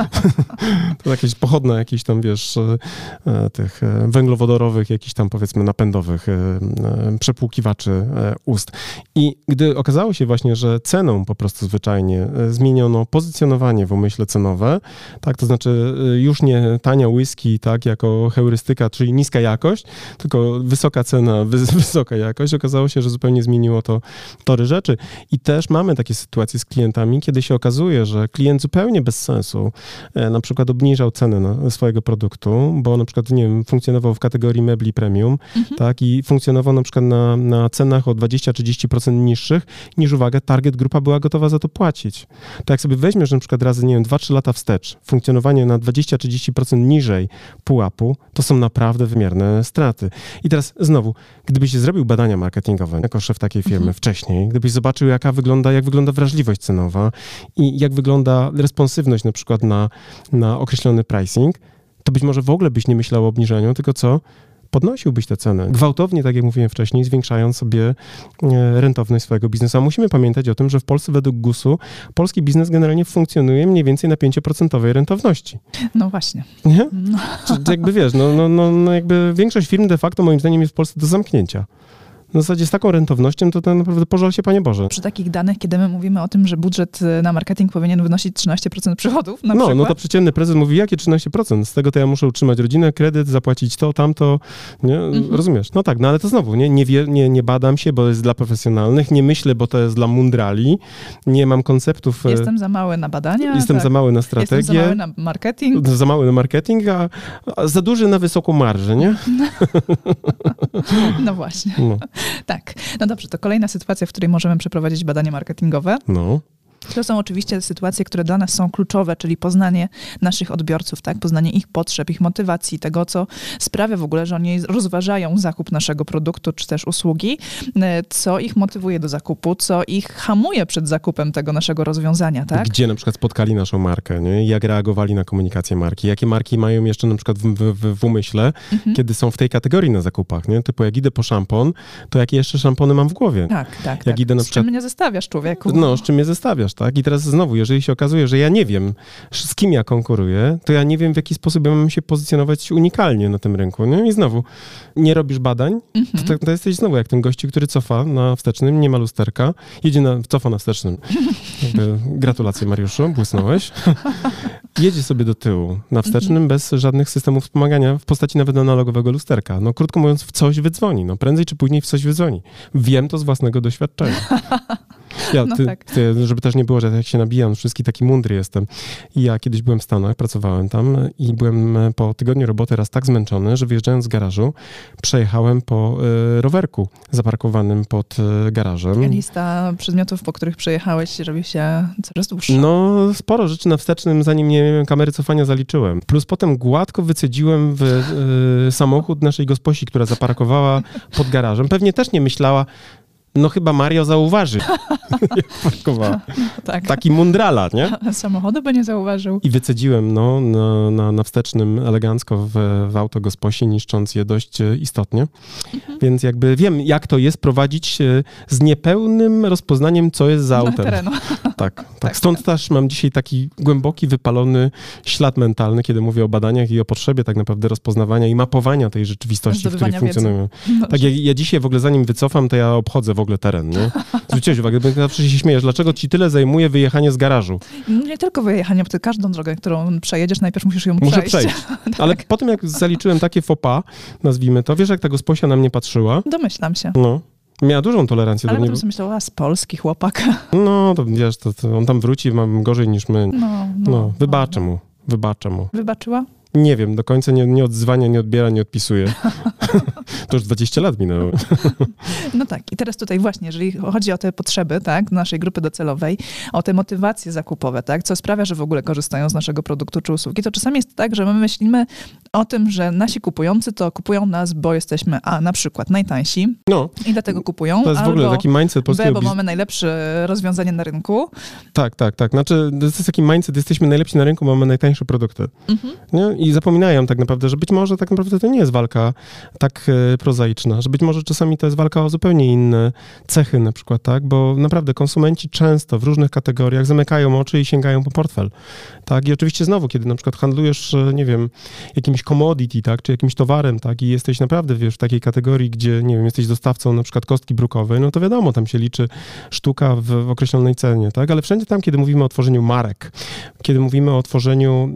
To jakieś pochodna jakichś tam, tych węglowodorowych, jakichś tam powiedzmy napędowych przepłukiwaczy ust. I gdy okazało się właśnie, że ceną po prostu zwyczajnie zmieniono pozycjonowanie w umyśle cenowe, tak, to znaczy już nie tania whisky, tak, jako heurystyka, czyli niska jakość, tylko wysoka cena, wysoka jakość, okazało się, że zupełnie zmieniło to tory rzeczy. I też mamy takie sytuacje z klientami, kiedy się okazuje, że klient zupełnie bez sensu na przykład obniżał cenę swojego produktu, bo na przykład, nie wiem, funkcjonował w kategorii mebli premium, tak, i funkcjonował na przykład na cenach o 20-30% niższych, niż, uwaga, target grupa była gotowa za to płacić. To jak sobie weźmiesz na przykład razy, nie wiem, 2-3 lata wstecz, funkcjonowanie na 20-30% niżej pułapu, to są naprawdę wymierne straty. I teraz znowu, gdybyś zrobił badania marketingowe jako szef takiej firmy wcześniej, gdybyś zobaczył, jak wygląda wrażliwość cenowa i jak wygląda responsywność na przykład na określony pricing, to być może w ogóle byś nie myślał o obniżeniu, tylko co? Podnosiłbyś te ceny. Gwałtownie, tak jak mówiłem wcześniej, zwiększając sobie rentowność swojego biznesu. A musimy pamiętać o tym, że w Polsce według GUS-u polski biznes generalnie funkcjonuje mniej więcej na 5% rentowności. No właśnie. Nie? No. Jakby wiesz, jakby większość firm de facto moim zdaniem jest w Polsce do zamknięcia. W zasadzie z taką rentownością to naprawdę pożal się, Panie Boże. Przy takich danych, kiedy my mówimy o tym, że budżet na marketing powinien wynosić 13% przychodów na przykład. No to przeciętny prezes mówi, jakie 13%? Z tego to ja muszę utrzymać rodzinę, kredyt, zapłacić to, tamto, nie? Rozumiesz? No tak, ale to znowu, nie badam się, bo jest dla profesjonalnych, nie myślę, bo to jest dla mundrali, nie mam konceptów. Jestem za mały na badania. Jestem za mały na strategię. Jestem za mały na marketing. Za mały na marketing, a za duży na wysoką marżę, nie? No właśnie. No. Tak. No dobrze, to kolejna sytuacja, w której możemy przeprowadzić badania marketingowe. No. To są oczywiście sytuacje, które dla nas są kluczowe, czyli poznanie naszych odbiorców, tak? Poznanie ich potrzeb, ich motywacji, tego, co sprawia w ogóle, że oni rozważają zakup naszego produktu czy też usługi, co ich motywuje do zakupu, co ich hamuje przed zakupem tego naszego rozwiązania, tak? Gdzie na przykład spotkali naszą markę, nie? Jak reagowali na komunikację marki, jakie marki mają jeszcze na przykład w umyśle, kiedy są w tej kategorii na zakupach, nie? Typu jak idę po szampon, to jakie jeszcze szampony mam w głowie? Tak. Jak idę na przykład... Z czym mnie zestawiasz, człowieku? No, z czym mnie zestawiasz, tak? I teraz znowu, jeżeli się okazuje, że ja nie wiem, z kim ja konkuruję, to ja nie wiem, w jaki sposób ja mam się pozycjonować unikalnie na tym rynku, nie? I znowu, nie robisz badań, to jesteś znowu jak ten gościu, który cofa na wstecznym, nie ma lusterka, cofa na wstecznym. Gratulacje, Mariuszu, błysnąłeś. Jedzie sobie do tyłu na wstecznym bez żadnych systemów wspomagania w postaci nawet analogowego lusterka. No krótko mówiąc, w coś wydzwoni. No prędzej czy później w coś wydzwoni. Wiem to z własnego doświadczenia. Żeby też nie było, że jak się nabijam, wszystki taki mądry jestem. I ja kiedyś byłem w Stanach, pracowałem tam i byłem po tygodniu roboty raz tak zmęczony, że wyjeżdżając z garażu, przejechałem po rowerku zaparkowanym pod garażem. Lista przedmiotów, po których przejechałeś, robi się coraz dłuższa. No, sporo rzeczy na wstecznym, zanim nie miałem kamery cofania, zaliczyłem. Plus potem gładko wycedziłem w samochód naszej gosposi, która zaparkowała pod garażem. Pewnie też nie myślała, no chyba Mario zauważy, jak parkowała. Tak. Taki mundrala, nie? Samochodu by nie zauważył. I wycedziłem na wstecznym elegancko w auto gosposi, niszcząc je dość istotnie. Więc jakby wiem, jak to jest prowadzić z niepełnym rozpoznaniem, co jest za autem. Terenu. Tak. Stąd też mam dzisiaj taki głęboki, wypalony ślad mentalny, kiedy mówię o badaniach i o potrzebie tak naprawdę rozpoznawania i mapowania tej rzeczywistości, w której funkcjonujemy. Tak, ja dzisiaj w ogóle zanim wycofam, to ja obchodzę w ogóle teren, nie? Zwróćcie uwagę, bo zawsze się śmiejesz, dlaczego ci tyle zajmuje wyjechanie z garażu? Nie tylko wyjechanie, bo ty każdą drogę, którą przejedziesz, najpierw musisz ją przejść. Muszę przejść. Tak. Ale potem jak zaliczyłem takie faux pas, nazwijmy to, wiesz jak ta gosposia na mnie patrzyła? Domyślam się. No. Miała dużą tolerancję do mnie. Ale potem sobie myślała, z Polski chłopak. No, to wiesz, to on tam wróci, mam gorzej niż my. Wybaczę mu. Wybaczyła? Nie wiem, do końca nie odzwania, nie odbiera, nie odpisuje. To już 20 lat minęło. No tak. I teraz tutaj właśnie, jeżeli chodzi o te potrzeby, tak, naszej grupy docelowej, o te motywacje zakupowe, tak, co sprawia, że w ogóle korzystają z naszego produktu czy usługi, to czasami jest tak, że my myślimy o tym, że nasi kupujący to kupują nas, bo jesteśmy na przykład najtańsi i dlatego kupują. To jest w ogóle taki mindset polskiego bo mamy najlepsze rozwiązanie na rynku. Tak. Znaczy, to jest taki mindset, jesteśmy najlepsi na rynku, mamy najtańsze produkty. Nie? I zapominają tak naprawdę, że być może tak naprawdę to nie jest walka tak prozaiczna, że być może czasami to jest walka o zupełnie inne cechy na przykład, tak? Bo naprawdę konsumenci często w różnych kategoriach zamykają oczy i sięgają po portfel, tak? I oczywiście znowu, kiedy na przykład handlujesz, nie wiem, jakimś commodity, tak? Czy jakimś towarem, tak? I jesteś naprawdę, wiesz, w takiej kategorii, gdzie, nie wiem, jesteś dostawcą na przykład kostki brukowej, no to wiadomo, tam się liczy sztuka w określonej cenie, tak? Ale wszędzie tam, kiedy mówimy o tworzeniu marek, kiedy mówimy o tworzeniu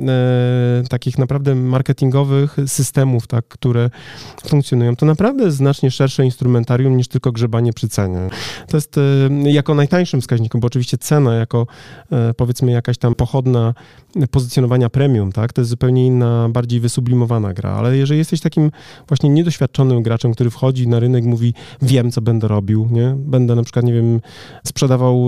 takich naprawdę marketingowych systemów, tak, które funkcjonują, to naprawdę jest znacznie szersze instrumentarium niż tylko grzebanie przy cenie. To jest jako najtańszym wskaźnikiem, bo oczywiście cena jako powiedzmy jakaś tam pochodna pozycjonowania premium, tak, to jest zupełnie inna, bardziej wysublimowana gra, ale jeżeli jesteś takim właśnie niedoświadczonym graczem, który wchodzi na rynek, mówi, wiem, co będę robił, nie? Będę na przykład, nie wiem, sprzedawał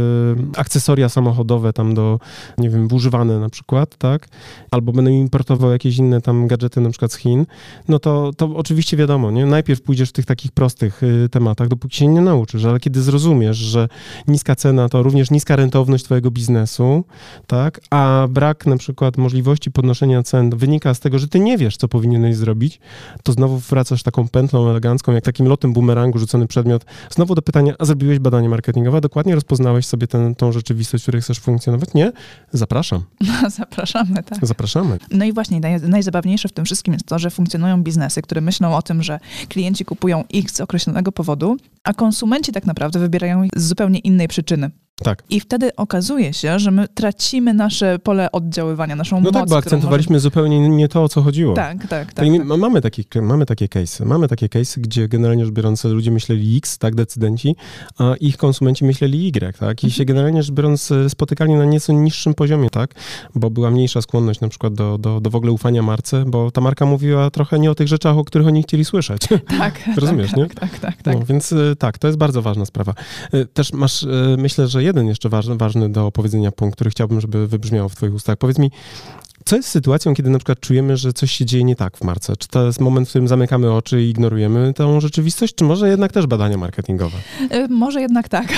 akcesoria samochodowe tam do, nie wiem, używane na przykład, tak, albo będę importował jakieś inne tam gadżety na przykład z Chin, no to oczywiście wiadomo, nie? Najpierw pójdziesz w tych takich prostych tematach, dopóki się nie nauczysz, ale kiedy zrozumiesz, że niska cena to również niska rentowność twojego biznesu, tak, a brak na przykład możliwości podnoszenia cen wynika z tego, że ty nie wiesz, co powinieneś zrobić, to znowu wracasz taką pętlą elegancką, jak takim lotem bumerangu rzucony przedmiot, znowu do pytania, a zrobiłeś badanie marketingowe, dokładnie rozpoznałeś sobie tą rzeczywistość, w której chcesz funkcjonować? Nie? Zapraszam. Zapraszamy, tak. Zapraszamy. No i właśnie najzabawniejsze w tym wszystkim jest to, że funkcjonują biznesy, które myślą o tym, że klienci kupują ich z określonego powodu, a konsumenci tak naprawdę wybierają ich z zupełnie innej przyczyny. Tak. I wtedy okazuje się, że my tracimy nasze pole oddziaływania, naszą moc. No tak, bo akcentowaliśmy zupełnie nie to, o co chodziło. Tak. Mamy takie case'y. Mamy takie case'y, gdzie generalnie rzecz biorąc ludzie myśleli X, tak, decydenci, a ich konsumenci myśleli Y, tak, i się generalnie rzecz biorąc spotykali na nieco niższym poziomie, tak, bo była mniejsza skłonność na przykład do w ogóle ufania marce, bo ta marka mówiła trochę nie o tych rzeczach, o których oni chcieli słyszeć. Tak. Rozumiesz, nie? Tak. No, więc tak, to jest bardzo ważna sprawa. Też masz, myślę, że jeden jeszcze ważny do opowiedzenia punkt, który chciałbym, żeby wybrzmiał w twoich ustach. Powiedz mi, co jest sytuacją, kiedy na przykład czujemy, że coś się dzieje nie tak w marce? Czy to jest moment, w którym zamykamy oczy i ignorujemy tą rzeczywistość, czy może jednak też badania marketingowe? Może jednak tak.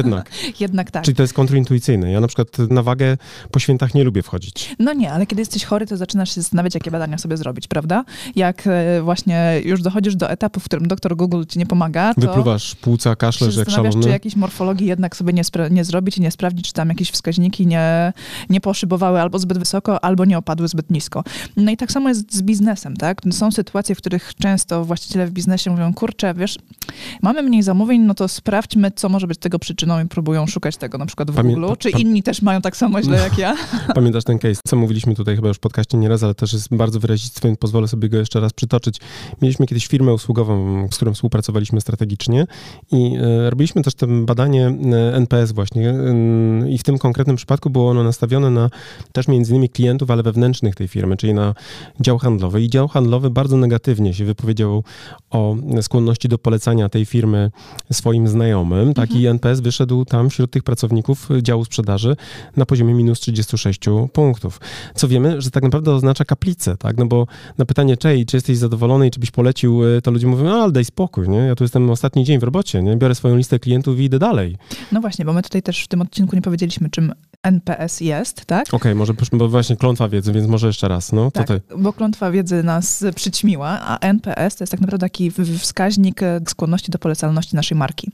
Jednak tak. Czyli to jest kontrintuicyjne. Ja na przykład na wagę po świętach nie lubię wchodzić. No nie, ale kiedy jesteś chory, to zaczynasz się zastanawiać, jakie badania sobie zrobić, prawda? Jak właśnie już dochodzisz do etapu, w którym doktor Google ci nie pomaga, to wypluwasz płuca, kaszlesz jak szalony. Czy jakiejś morfologii jednak sobie nie zrobić i nie sprawdzić, czy tam jakieś wskaźniki nie poszybowały albo zbyt wysoko, albo nie opadły zbyt nisko. No i tak samo jest z biznesem, tak? Są sytuacje, w których często właściciele w biznesie mówią, kurczę, wiesz, mamy mniej zamówień, no to sprawdźmy, co może być tego przyczyną i próbują szukać tego na przykład w Google. Czy inni też mają tak samo źle jak ja? Pamiętasz ten case, co mówiliśmy tutaj chyba już w podcaście nieraz, ale też jest bardzo wyrazisty, pozwolę sobie go jeszcze raz przytoczyć. Mieliśmy kiedyś firmę usługową, z którą współpracowaliśmy strategicznie i robiliśmy też to badanie NPS właśnie i w tym konkretnym przypadku było ono nastawione na też między innymi klientów, ale wewnętrznych tej firmy, czyli na dział handlowy. I dział handlowy bardzo negatywnie się wypowiedział o skłonności do polecania tej firmy swoim znajomym. Tak, i NPS wyszedł tam wśród tych pracowników działu sprzedaży na poziomie minus 36 punktów. Co wiemy, że tak naprawdę oznacza kaplicę, tak? No bo na pytanie, czy jesteś zadowolony i czy byś polecił, to ludzie mówią, ale daj spokój, nie? Ja tu jestem ostatni dzień w robocie, nie? Biorę swoją listę klientów i idę dalej. No właśnie, bo my tutaj też w tym odcinku nie powiedzieliśmy, czym NPS jest, tak? Okej, może, bo właśnie klątwa wiedzy, więc może jeszcze raz, no. Tak, bo klątwa wiedzy nas przyćmiła, a NPS to jest tak naprawdę taki wskaźnik skłonności do polecalności naszej marki.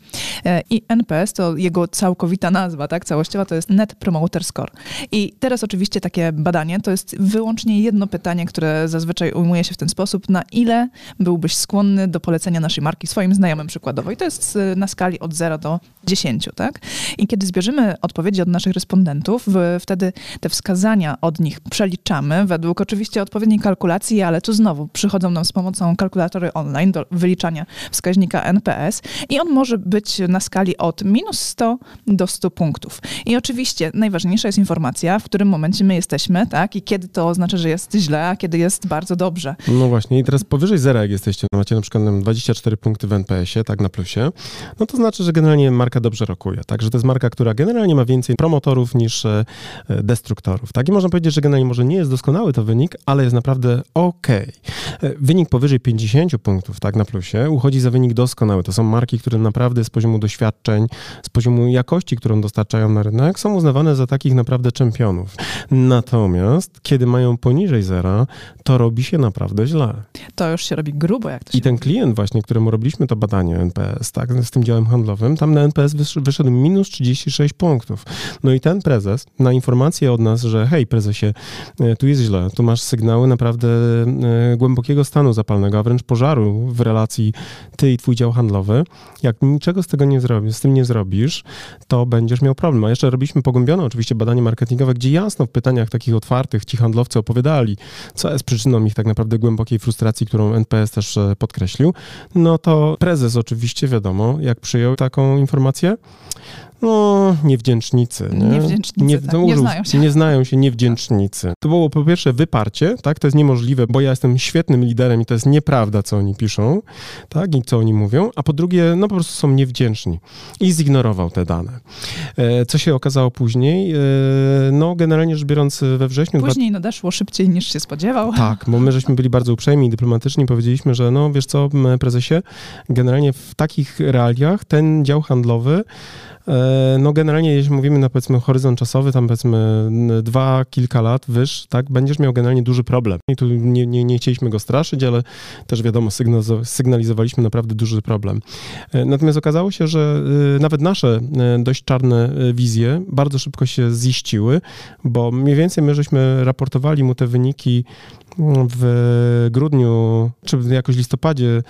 I NPS to jego całkowita nazwa, tak? Całościowa to jest Net Promoter Score. I teraz oczywiście takie badanie to jest wyłącznie jedno pytanie, które zazwyczaj ujmuje się w ten sposób, na ile byłbyś skłonny do polecenia naszej marki swoim znajomym przykładowo. I to jest na skali od 0 do 10, tak? I kiedy zbierzemy odpowiedzi od naszych respondentów, klientów. Wtedy te wskazania od nich przeliczamy według oczywiście odpowiedniej kalkulacji, ale tu znowu przychodzą nam z pomocą kalkulatory online do wyliczania wskaźnika NPS i on może być na skali od -100 do 100 punktów. I oczywiście najważniejsza jest informacja, w którym momencie my jesteśmy, tak? I kiedy to oznacza, że jest źle, a kiedy jest bardzo dobrze. No właśnie i teraz powyżej zera jak jesteście, macie na przykład 24 punkty w NPS-ie, tak, na plusie, no to znaczy, że generalnie marka dobrze rokuje, tak, że to jest marka, która generalnie ma więcej promotorów niż destruktorów, tak, i można powiedzieć, że generalnie może nie jest doskonały to wynik, ale jest naprawdę okej. Wynik powyżej 50 punktów, tak, na plusie, uchodzi za wynik doskonały. To są marki, które naprawdę z poziomu doświadczeń, z poziomu jakości, którą dostarczają na rynek, są uznawane za takich naprawdę czempionów. Natomiast, kiedy mają poniżej zera, to robi się naprawdę źle. To już się robi grubo, jak to się I ten klient właśnie, któremu robiliśmy to badanie NPS, tak, z tym działem handlowym, tam na NPS wyszedł -36 punktów. No i ten prezes na informację od nas, że hej prezesie, tu jest źle, tu masz sygnały naprawdę głębokiego stanu zapalnego, a wręcz pożaru w relacji ty i twój dział handlowy. Jak niczego z tego nie zrobisz, z tym nie zrobisz, to będziesz miał problem. A jeszcze robiliśmy pogłębione oczywiście badanie marketingowe, gdzie jasno w pytaniach takich otwartych ci handlowcy opowiadali, co jest przyczyną ich tak naprawdę głębokiej frustracji, którą NPS też podkreślił. No to prezes oczywiście, wiadomo, jak przyjął taką informację, no, niewdzięcznicy. Niewdzięcznicy, nie znają się niewdzięcznicy. To było po pierwsze wyparcie, tak, to jest niemożliwe, bo ja jestem świetnym liderem i to jest nieprawda, co oni piszą, tak, i co oni mówią, a po drugie, no po prostu są niewdzięczni. I zignorował te dane. Co się okazało później? No, generalnie rzecz biorąc we wrześniu... Później nadeszło szybciej niż się spodziewał. Tak, bo my żeśmy byli bardzo uprzejmi i dyplomatyczni, powiedzieliśmy, że no, wiesz co, prezesie, generalnie w takich realiach ten dział handlowy no generalnie, jeśli mówimy na powiedzmy horyzont czasowy, tam powiedzmy kilka lat wyż, tak, będziesz miał generalnie duży problem. I tu nie chcieliśmy go straszyć, ale też wiadomo, sygnalizowaliśmy naprawdę duży problem. Natomiast okazało się, że nawet nasze dość czarne wizje bardzo szybko się ziściły, bo mniej więcej my żeśmy raportowali mu te wyniki w grudniu, czy jakoś listopadzie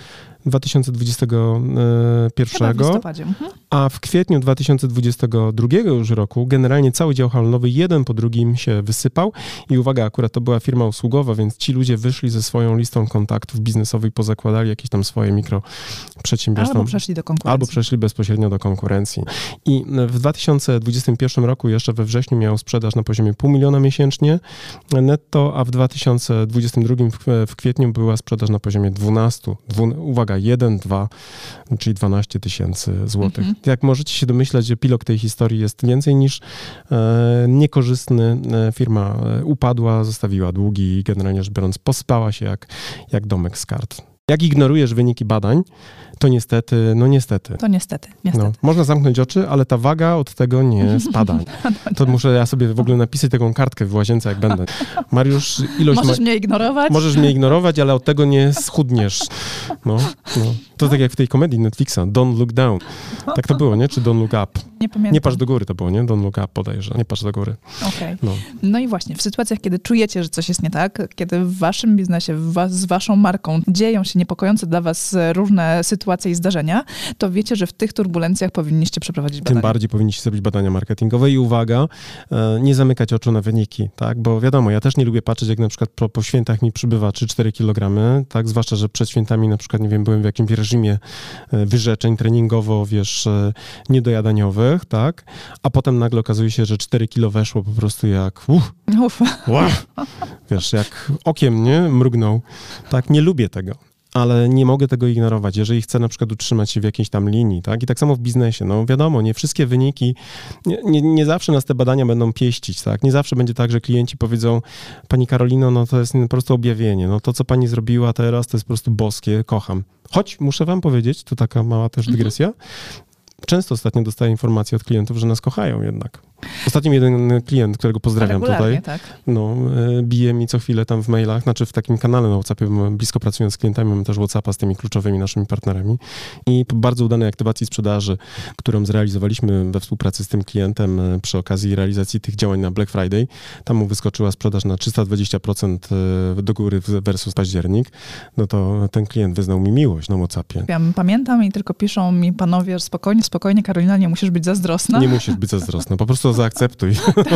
2021, a w kwietniu 2022 już roku generalnie cały dział handlowy jeden po drugim się wysypał i uwaga, akurat to była firma usługowa, więc ci ludzie wyszli ze swoją listą kontaktów biznesowych, pozakładali jakieś tam swoje mikroprzedsiębiorstwa. Albo przeszli do konkurencji. Albo przeszli bezpośrednio do konkurencji. I w 2021 roku jeszcze we wrześniu miał sprzedaż na poziomie 500 000 miesięcznie netto, a w 2022 w kwietniu była sprzedaż na poziomie 12, uwaga, 2, czyli 12 000 złotych. Jak możecie się domyślać, że epilog tej historii jest więcej niż niekorzystny. Firma upadła, zostawiła długi i generalnie rzecz biorąc posypała się jak domek z kart. Jak ignorujesz wyniki badań, to niestety, To niestety. No, można zamknąć oczy, ale ta waga od tego nie spada. To muszę ja sobie w ogóle napisać taką kartkę w łazience, jak będę. Mariusz, Możesz mnie ignorować? Możesz mnie ignorować, ale od tego nie schudniesz. No. To tak jak w tej komedii Netflixa, Don't Look Down. Tak to było, nie? Czy Don't Look Up? Nie pamiętam. Nie patrz do góry to było, nie? Don't Look Up bodajże. Nie patrz do góry. Okej. No i właśnie, w sytuacjach, kiedy czujecie, że coś jest nie tak, kiedy w waszym biznesie, z waszą marką dzieją się niepokojące dla was różne sytuacje i zdarzenia, to wiecie, że w tych turbulencjach powinniście przeprowadzić badania. Tym bardziej powinniście zrobić badania marketingowe i uwaga, nie zamykać oczu na wyniki, tak? Bo wiadomo, ja też nie lubię patrzeć, jak na przykład po świętach mi przybywa 3-4 kg, tak? Zwłaszcza, że przed świętami na przykład, nie wiem, byłem w jakimś reżimie wyrzeczeń treningowo, niedojadaniowych, tak? A potem nagle okazuje się, że 4 kilo weszło po prostu jak jak okiem, nie? Mrugnął. Tak, nie lubię tego. Ale nie mogę tego ignorować, jeżeli chcę na przykład utrzymać się w jakiejś tam linii, tak? I tak samo w biznesie, no wiadomo, nie wszystkie wyniki, nie zawsze nas te badania będą pieścić, tak? Nie zawsze będzie tak, że klienci powiedzą, pani Karolino, no to jest po prostu objawienie, no to, co pani zrobiła teraz, to jest po prostu boskie, kocham. Choć muszę wam powiedzieć, tu taka mała też dygresja, często ostatnio dostaję informacje od klientów, że nas kochają jednak. Ostatnio jeden klient, którego pozdrawiam tutaj, tak. bije mi co chwilę tam w mailach, znaczy w takim kanale na WhatsAppie, blisko pracując z klientami, mamy też WhatsAppa z tymi kluczowymi naszymi partnerami i po bardzo udanej aktywacji sprzedaży, którą zrealizowaliśmy we współpracy z tym klientem przy okazji realizacji tych działań na Black Friday, tam mu wyskoczyła sprzedaż na 320% do góry versus październik, no to ten klient wyznał mi miłość na WhatsAppie. Ja pamiętam i tylko piszą mi panowie, spokojnie Karolina, nie musisz być zazdrosna. Nie musisz być zazdrosna, po prostu to zaakceptuj.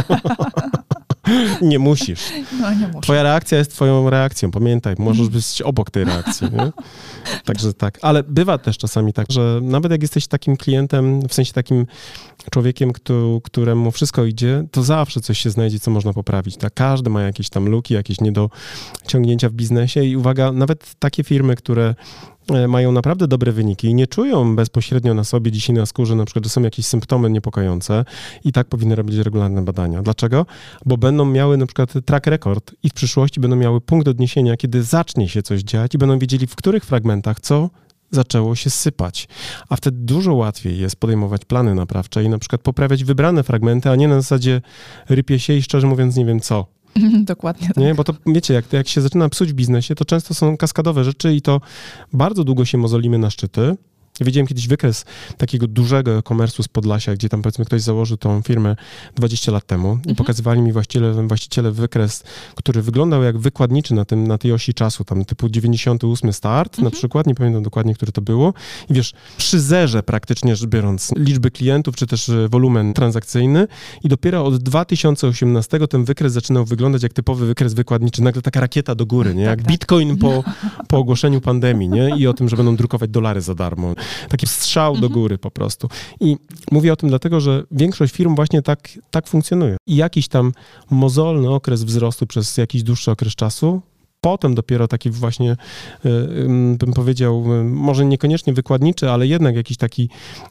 Nie musisz. No, nie muszę. Twoja reakcja jest twoją reakcją. Pamiętaj, możesz być obok tej reakcji. Nie? Także tak. Ale bywa też czasami tak, że nawet jak jesteś takim klientem, w sensie takim człowiekiem, któremu wszystko idzie, to zawsze coś się znajdzie, co można poprawić. Tak? Każdy ma jakieś tam luki, jakieś niedociągnięcia w biznesie i uwaga, nawet takie firmy, które mają naprawdę dobre wyniki i nie czują bezpośrednio na sobie, dzisiaj na skórze, na przykład, że są jakieś symptomy niepokojące i tak powinny robić regularne badania. Dlaczego? Bo będą miały na przykład track record i w przyszłości będą miały punkt odniesienia, kiedy zacznie się coś dziać i będą wiedzieli, w których fragmentach co zaczęło się sypać. A wtedy dużo łatwiej jest podejmować plany naprawcze i na przykład poprawiać wybrane fragmenty, a nie na zasadzie rypie się i szczerze mówiąc nie wiem co. Dokładnie tak. Nie, bo to wiecie, jak się zaczyna psuć w biznesie, to często są kaskadowe rzeczy i to bardzo długo się mozolimy na szczyty. Ja widziałem kiedyś wykres takiego dużego e-commerce'u z Podlasia, gdzie tam powiedzmy ktoś założył tą firmę 20 lat temu i pokazywali mi właściciele wykres, który wyglądał jak wykładniczy na tej osi czasu, tam typu 98 start na przykład, nie pamiętam dokładnie, który to było. I wiesz, przy zerze praktycznie rzecz biorąc liczby klientów, czy też wolumen transakcyjny i dopiero od 2018 ten wykres zaczynał wyglądać jak typowy wykres wykładniczy, nagle taka rakieta do góry, nie? Jak Bitcoin po ogłoszeniu pandemii, nie? I o tym, że będą drukować dolary za darmo. Taki strzał do góry po prostu. I mówię o tym dlatego, że większość firm właśnie tak funkcjonuje. I jakiś tam mozolny okres wzrostu przez jakiś dłuższy okres czasu, potem dopiero taki właśnie, bym powiedział, może niekoniecznie wykładniczy, ale jednak jakiś taki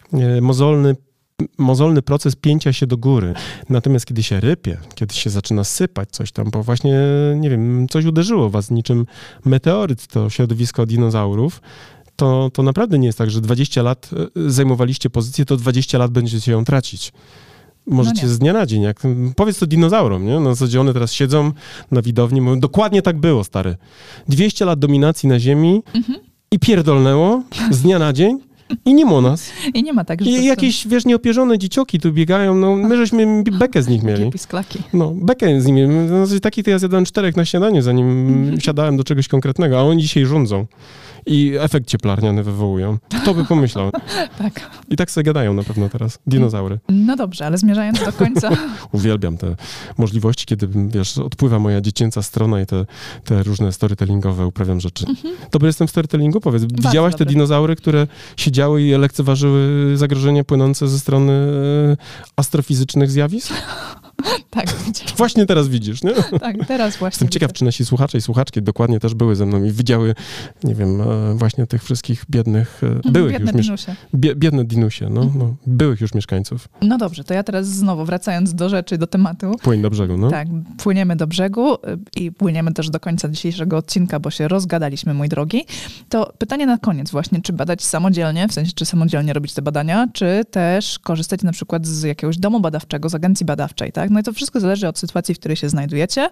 mozolny proces pięcia się do góry. Natomiast kiedy się rypie, kiedy się zaczyna sypać coś tam, bo właśnie, nie wiem, coś uderzyło was niczym meteoryt, to środowisko dinozaurów, to naprawdę nie jest tak, że 20 lat zajmowaliście pozycję, to 20 lat będziecie ją tracić. Możecie z dnia na dzień. Powiedz to dinozaurom, nie? Na zasadzie one teraz siedzą na widowni, mówią, dokładnie tak było, stary. 200 lat dominacji na ziemi i pierdolnęło z dnia na dzień i nie ma nas. I nie ma tak, że... I jakieś, wiesz, nieopierzone dzieciaki tu biegają, no my żeśmy bekę z nich mieli. Pisklaki. No, bekę z nimi. Na zasadzie takich to ja zjadałem 4 na śniadanie, zanim siadałem do czegoś konkretnego, a oni dzisiaj rządzą. I efekt cieplarniany wywołują. Kto by pomyślał? Tak. I tak sobie gadają na pewno teraz. Dinozaury. No dobrze, ale zmierzając do końca... Uwielbiam te możliwości, kiedy, wiesz, odpływa moja dziecięca strona i te różne storytellingowe uprawiam rzeczy. Dobry jestem w storytellingu? Powiedz, widziałaś te dinozaury, które siedziały i lekceważyły zagrożenia płynące ze strony astrofizycznych zjawisk? Tak. Właśnie teraz widzisz, nie? Tak, teraz właśnie. Jestem ciekaw, czy nasi słuchacze i słuchaczki dokładnie też były ze mną i widziały, nie wiem, właśnie tych wszystkich biednych, byłych już biedne dinusie, byłych już mieszkańców. No dobrze, to ja teraz znowu wracając do rzeczy, do tematu. Płyń do brzegu, no. Tak, płyniemy do brzegu i płyniemy też do końca dzisiejszego odcinka, bo się rozgadaliśmy, mój drogi. To pytanie na koniec właśnie, czy badać samodzielnie, w sensie, czy samodzielnie robić te badania, czy też korzystać na przykład z jakiegoś domu badawczego, z agencji badawczej, tak? No i to wszystko zależy od sytuacji, w której się znajdujecie,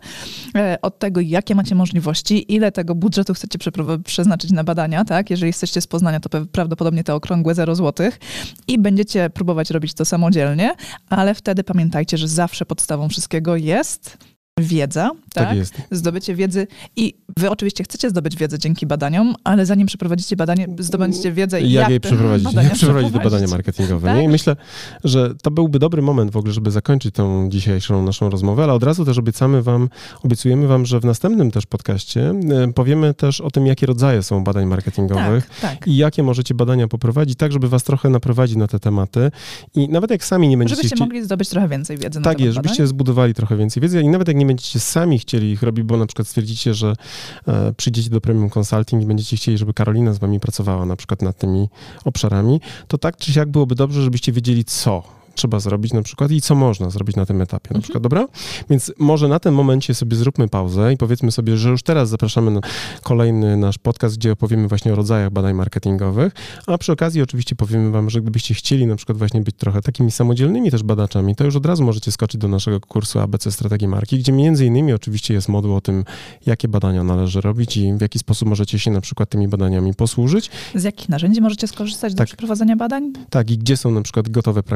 od tego, jakie macie możliwości, ile tego budżetu chcecie przeznaczyć na badania, tak? Jeżeli jesteście z Poznania, to prawdopodobnie te okrągłe 0 złotych i będziecie próbować robić to samodzielnie, ale wtedy pamiętajcie, że zawsze podstawą wszystkiego jest wiedza, tak? Jest. Zdobycie wiedzy i wy oczywiście chcecie zdobyć wiedzę dzięki badaniom, ale zanim przeprowadzicie badanie, zdobędziecie wiedzę i jak je przeprowadzić te badania marketingowe. Tak? Nie? I myślę, że to byłby dobry moment w ogóle, żeby zakończyć tą dzisiejszą naszą rozmowę, ale od razu też obiecujemy wam, że w następnym też podcaście powiemy też o tym, jakie rodzaje są badań marketingowych i jakie możecie badania poprowadzić, tak żeby was trochę naprowadzić na te tematy i nawet jak sami nie będziecie... Żebyście mogli zdobyć trochę więcej wiedzy na temat Tak jest, żebyście zbudowali trochę więcej wiedzy i nawet jak nie będziecie sami chcieli ich robić, bo na przykład stwierdzicie, że przyjdziecie do Premium Consulting i będziecie chcieli, żeby Karolina z wami pracowała na przykład nad tymi obszarami, to tak czy siak byłoby dobrze, żebyście wiedzieli, co trzeba zrobić na przykład i co można zrobić na tym etapie na przykład, dobra? Więc może na tym momencie sobie zróbmy pauzę i powiedzmy sobie, że już teraz zapraszamy na kolejny nasz podcast, gdzie opowiemy właśnie o rodzajach badań marketingowych, a przy okazji oczywiście powiemy wam, że gdybyście chcieli na przykład właśnie być trochę takimi samodzielnymi też badaczami, to już od razu możecie skoczyć do naszego kursu ABC Strategii Marki, gdzie między innymi oczywiście jest moduł o tym, jakie badania należy robić i w jaki sposób możecie się na przykład tymi badaniami posłużyć. Z jakich narzędzi możecie skorzystać do przeprowadzenia badań? Tak, i gdzie są na przykład gotowe praktycznie recepty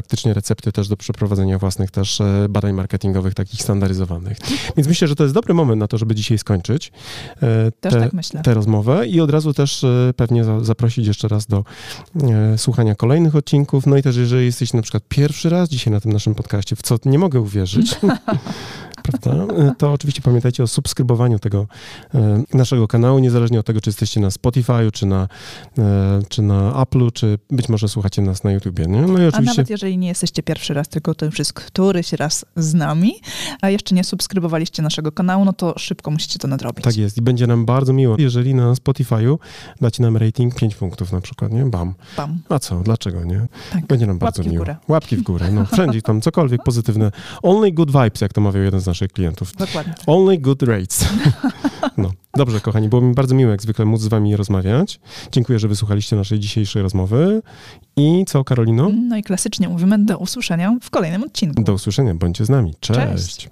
recepty też do przeprowadzenia własnych też badań marketingowych, takich standaryzowanych. Więc myślę, że to jest dobry moment na to, żeby dzisiaj skończyć tę rozmowę i od razu też pewnie zaprosić jeszcze raz do słuchania kolejnych odcinków. No i też, jeżeli jesteś na przykład pierwszy raz dzisiaj na tym naszym podcaście, w co nie mogę uwierzyć, prawda? To oczywiście pamiętajcie o subskrybowaniu tego naszego kanału, niezależnie od tego, czy jesteście na Spotify'u, czy na Apple'u, czy być może słuchacie nas na YouTubie. Nie? No i oczywiście... A nawet jeżeli nie jesteście pierwszy raz, tylko to już jest któryś raz z nami, a jeszcze nie subskrybowaliście naszego kanału, no to szybko musicie to nadrobić. Tak jest i będzie nam bardzo miło, jeżeli na Spotify'u dacie nam rating 5 punktów na przykład, nie? Bam. A co? Dlaczego, nie? Tak. Będzie nam bardzo miło. Łapki w górę. No, wszędzie tam cokolwiek pozytywne. Only good vibes, jak to mawiał jeden z naszych klientów. Dokładnie. Only good rates. No. Dobrze, kochani, było mi bardzo miło jak zwykle móc z wami rozmawiać. Dziękuję, że wysłuchaliście naszej dzisiejszej rozmowy. I co, Karolino? No i klasycznie mówimy do usłyszenia w kolejnym odcinku. Do usłyszenia, bądźcie z nami. Cześć.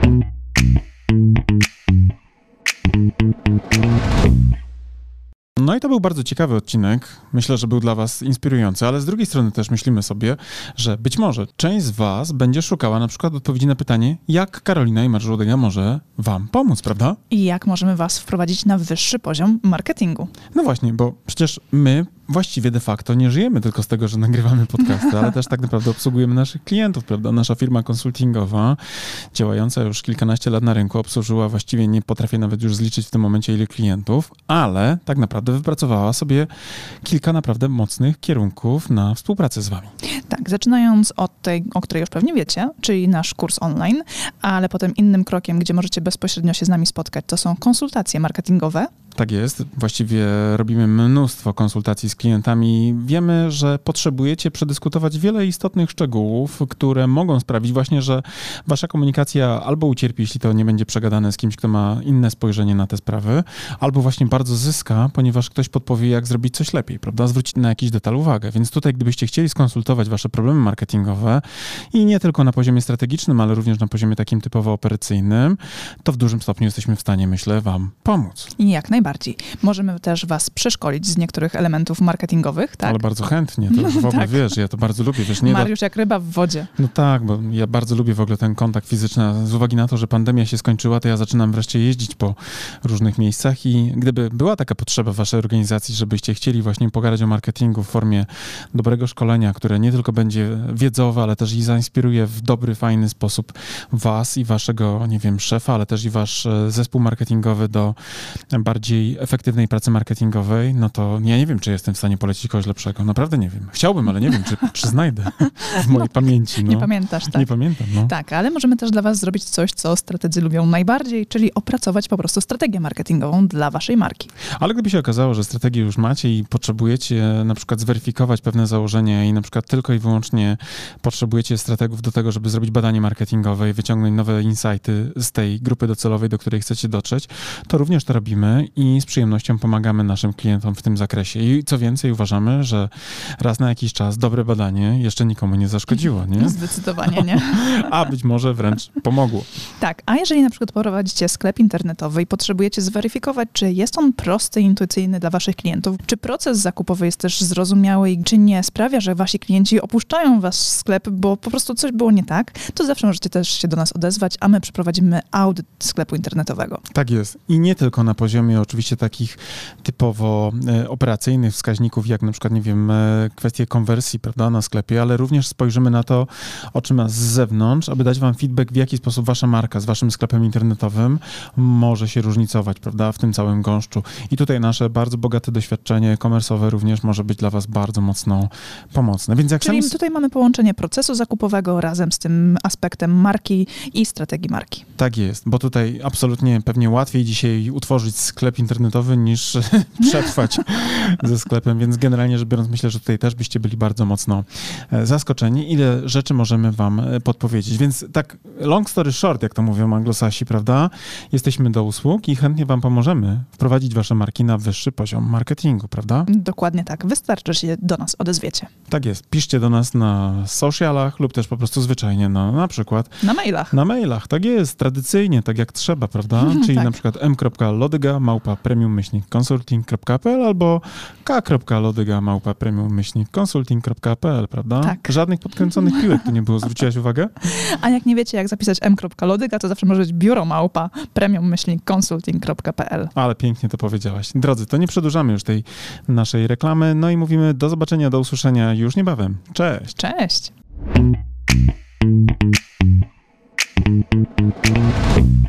No i to był bardzo ciekawy odcinek. Myślę, że był dla was inspirujący, ale z drugiej strony też myślimy sobie, że być może część z was będzie szukała na przykład odpowiedzi na pytanie, jak Karolina i Mariusz Łodyga może wam pomóc, prawda? I jak możemy was wprowadzić na wyższy poziom marketingu. No właśnie, bo przecież my właściwie de facto nie żyjemy tylko z tego, że nagrywamy podcasty, ale też tak naprawdę obsługujemy naszych klientów, prawda? Nasza firma konsultingowa, działająca już kilkanaście lat na rynku, obsłużyła właściwie, nie potrafię nawet już zliczyć w tym momencie ile klientów, ale tak naprawdę wypracowała sobie kilka naprawdę mocnych kierunków na współpracę z wami. Tak, zaczynając od tej, o której już pewnie wiecie, czyli nasz kurs online, ale potem innym krokiem, gdzie możecie bezpośrednio się z nami spotkać, to są konsultacje marketingowe. Tak jest. Właściwie robimy mnóstwo konsultacji z klientami. Wiemy, że potrzebujecie przedyskutować wiele istotnych szczegółów, które mogą sprawić właśnie, że wasza komunikacja albo ucierpi, jeśli to nie będzie przegadane z kimś, kto ma inne spojrzenie na te sprawy, albo właśnie bardzo zyska, ponieważ ktoś podpowie, jak zrobić coś lepiej, prawda? Zwrócić na jakiś detal uwagę. Więc tutaj, gdybyście chcieli skonsultować wasze problemy marketingowe i nie tylko na poziomie strategicznym, ale również na poziomie takim typowo operacyjnym, to w dużym stopniu jesteśmy w stanie, myślę, wam pomóc. I jak najbardziej. Możemy też was przeszkolić z niektórych elementów marketingowych, tak? Ale bardzo chętnie, to już w ogóle tak. Wiesz, ja to bardzo lubię. Wiesz, nie Mariusz jak ryba w wodzie. No tak, bo ja bardzo lubię w ogóle ten kontakt fizyczny. Z uwagi na to, że pandemia się skończyła, to ja zaczynam wreszcie jeździć po różnych miejscach i gdyby była taka potrzeba w waszej organizacji, żebyście chcieli właśnie pogadać o marketingu w formie dobrego szkolenia, które nie tylko będzie wiedzowe, ale też i zainspiruje w dobry, fajny sposób was i waszego, nie wiem, szefa, ale też i wasz zespół marketingowy do bardziej efektywnej pracy marketingowej, no to ja nie wiem, czy jestem w stanie polecić kogoś lepszego. Naprawdę nie wiem. Chciałbym, ale nie wiem, czy znajdę w mojej pamięci. No. Nie pamiętasz, tak? Nie pamiętam, no. Tak, ale możemy też dla was zrobić coś, co strategzy lubią najbardziej, czyli opracować po prostu strategię marketingową dla waszej marki. Ale gdyby się okazało, że strategię już macie i potrzebujecie na przykład zweryfikować pewne założenia i na przykład tylko i wyłącznie potrzebujecie strategów do tego, żeby zrobić badanie marketingowe i wyciągnąć nowe insighty z tej grupy docelowej, do której chcecie dotrzeć, to również to robimy i z przyjemnością pomagamy naszym klientom w tym zakresie. I co więcej, uważamy, że raz na jakiś czas dobre badanie jeszcze nikomu nie zaszkodziło, nie? Zdecydowanie nie. A być może wręcz pomogło. Tak, a jeżeli na przykład prowadzicie sklep internetowy i potrzebujecie zweryfikować, czy jest on prosty, intuicyjny dla waszych klientów, czy proces zakupowy jest też zrozumiały i czy nie sprawia, że wasi klienci opuszczają wasz sklep, bo po prostu coś było nie tak, to zawsze możecie też się do nas odezwać, a my przeprowadzimy audyt sklepu internetowego. Tak jest. I nie tylko na poziomie oczywiście takich typowo operacyjnych wskaźników, jak na przykład, nie wiem, kwestie konwersji, prawda, na sklepie, ale również spojrzymy na to oczyma z zewnątrz, aby dać wam feedback, w jaki sposób wasza marka z waszym sklepem internetowym może się różnicować, prawda, w tym całym gąszczu. I tutaj nasze bardzo bogate doświadczenie e-commerce'owe również może być dla was bardzo mocno pomocne. Więc jak Czyli tutaj mamy połączenie procesu zakupowego razem z tym aspektem marki i strategii marki. Tak jest, bo tutaj absolutnie pewnie łatwiej dzisiaj utworzyć sklep internetowy niż przetrwać ze sklepem, więc generalnie rzecz biorąc myślę, że tutaj też byście byli bardzo mocno zaskoczeni, ile rzeczy możemy wam podpowiedzieć. Więc tak long story short, jak to mówią anglosasi, prawda? Jesteśmy do usług i chętnie wam pomożemy wprowadzić wasze marki na wyższy poziom marketingu, prawda? Dokładnie tak. Wystarczy, że się do nas odezwiecie. Tak jest. Piszcie do nas na socialach lub też po prostu zwyczajnie na przykład na mailach. Na mailach, tak jest. Tradycyjnie, tak jak trzeba, prawda? Czyli tak. na przykład m.lodyga@premium-consulting.pl albo k. m.lodyga@premium-consulting.pl, prawda? Tak. Żadnych podkręconych piłek tu nie było, zwróciłaś uwagę? A jak nie wiecie, jak zapisać m.lodyga, to zawsze może być biuro@premium-consulting.pl. Ale pięknie to powiedziałaś. Drodzy, to nie przedłużamy już tej naszej reklamy, no i mówimy do zobaczenia, do usłyszenia już niebawem. Cześć! Cześć!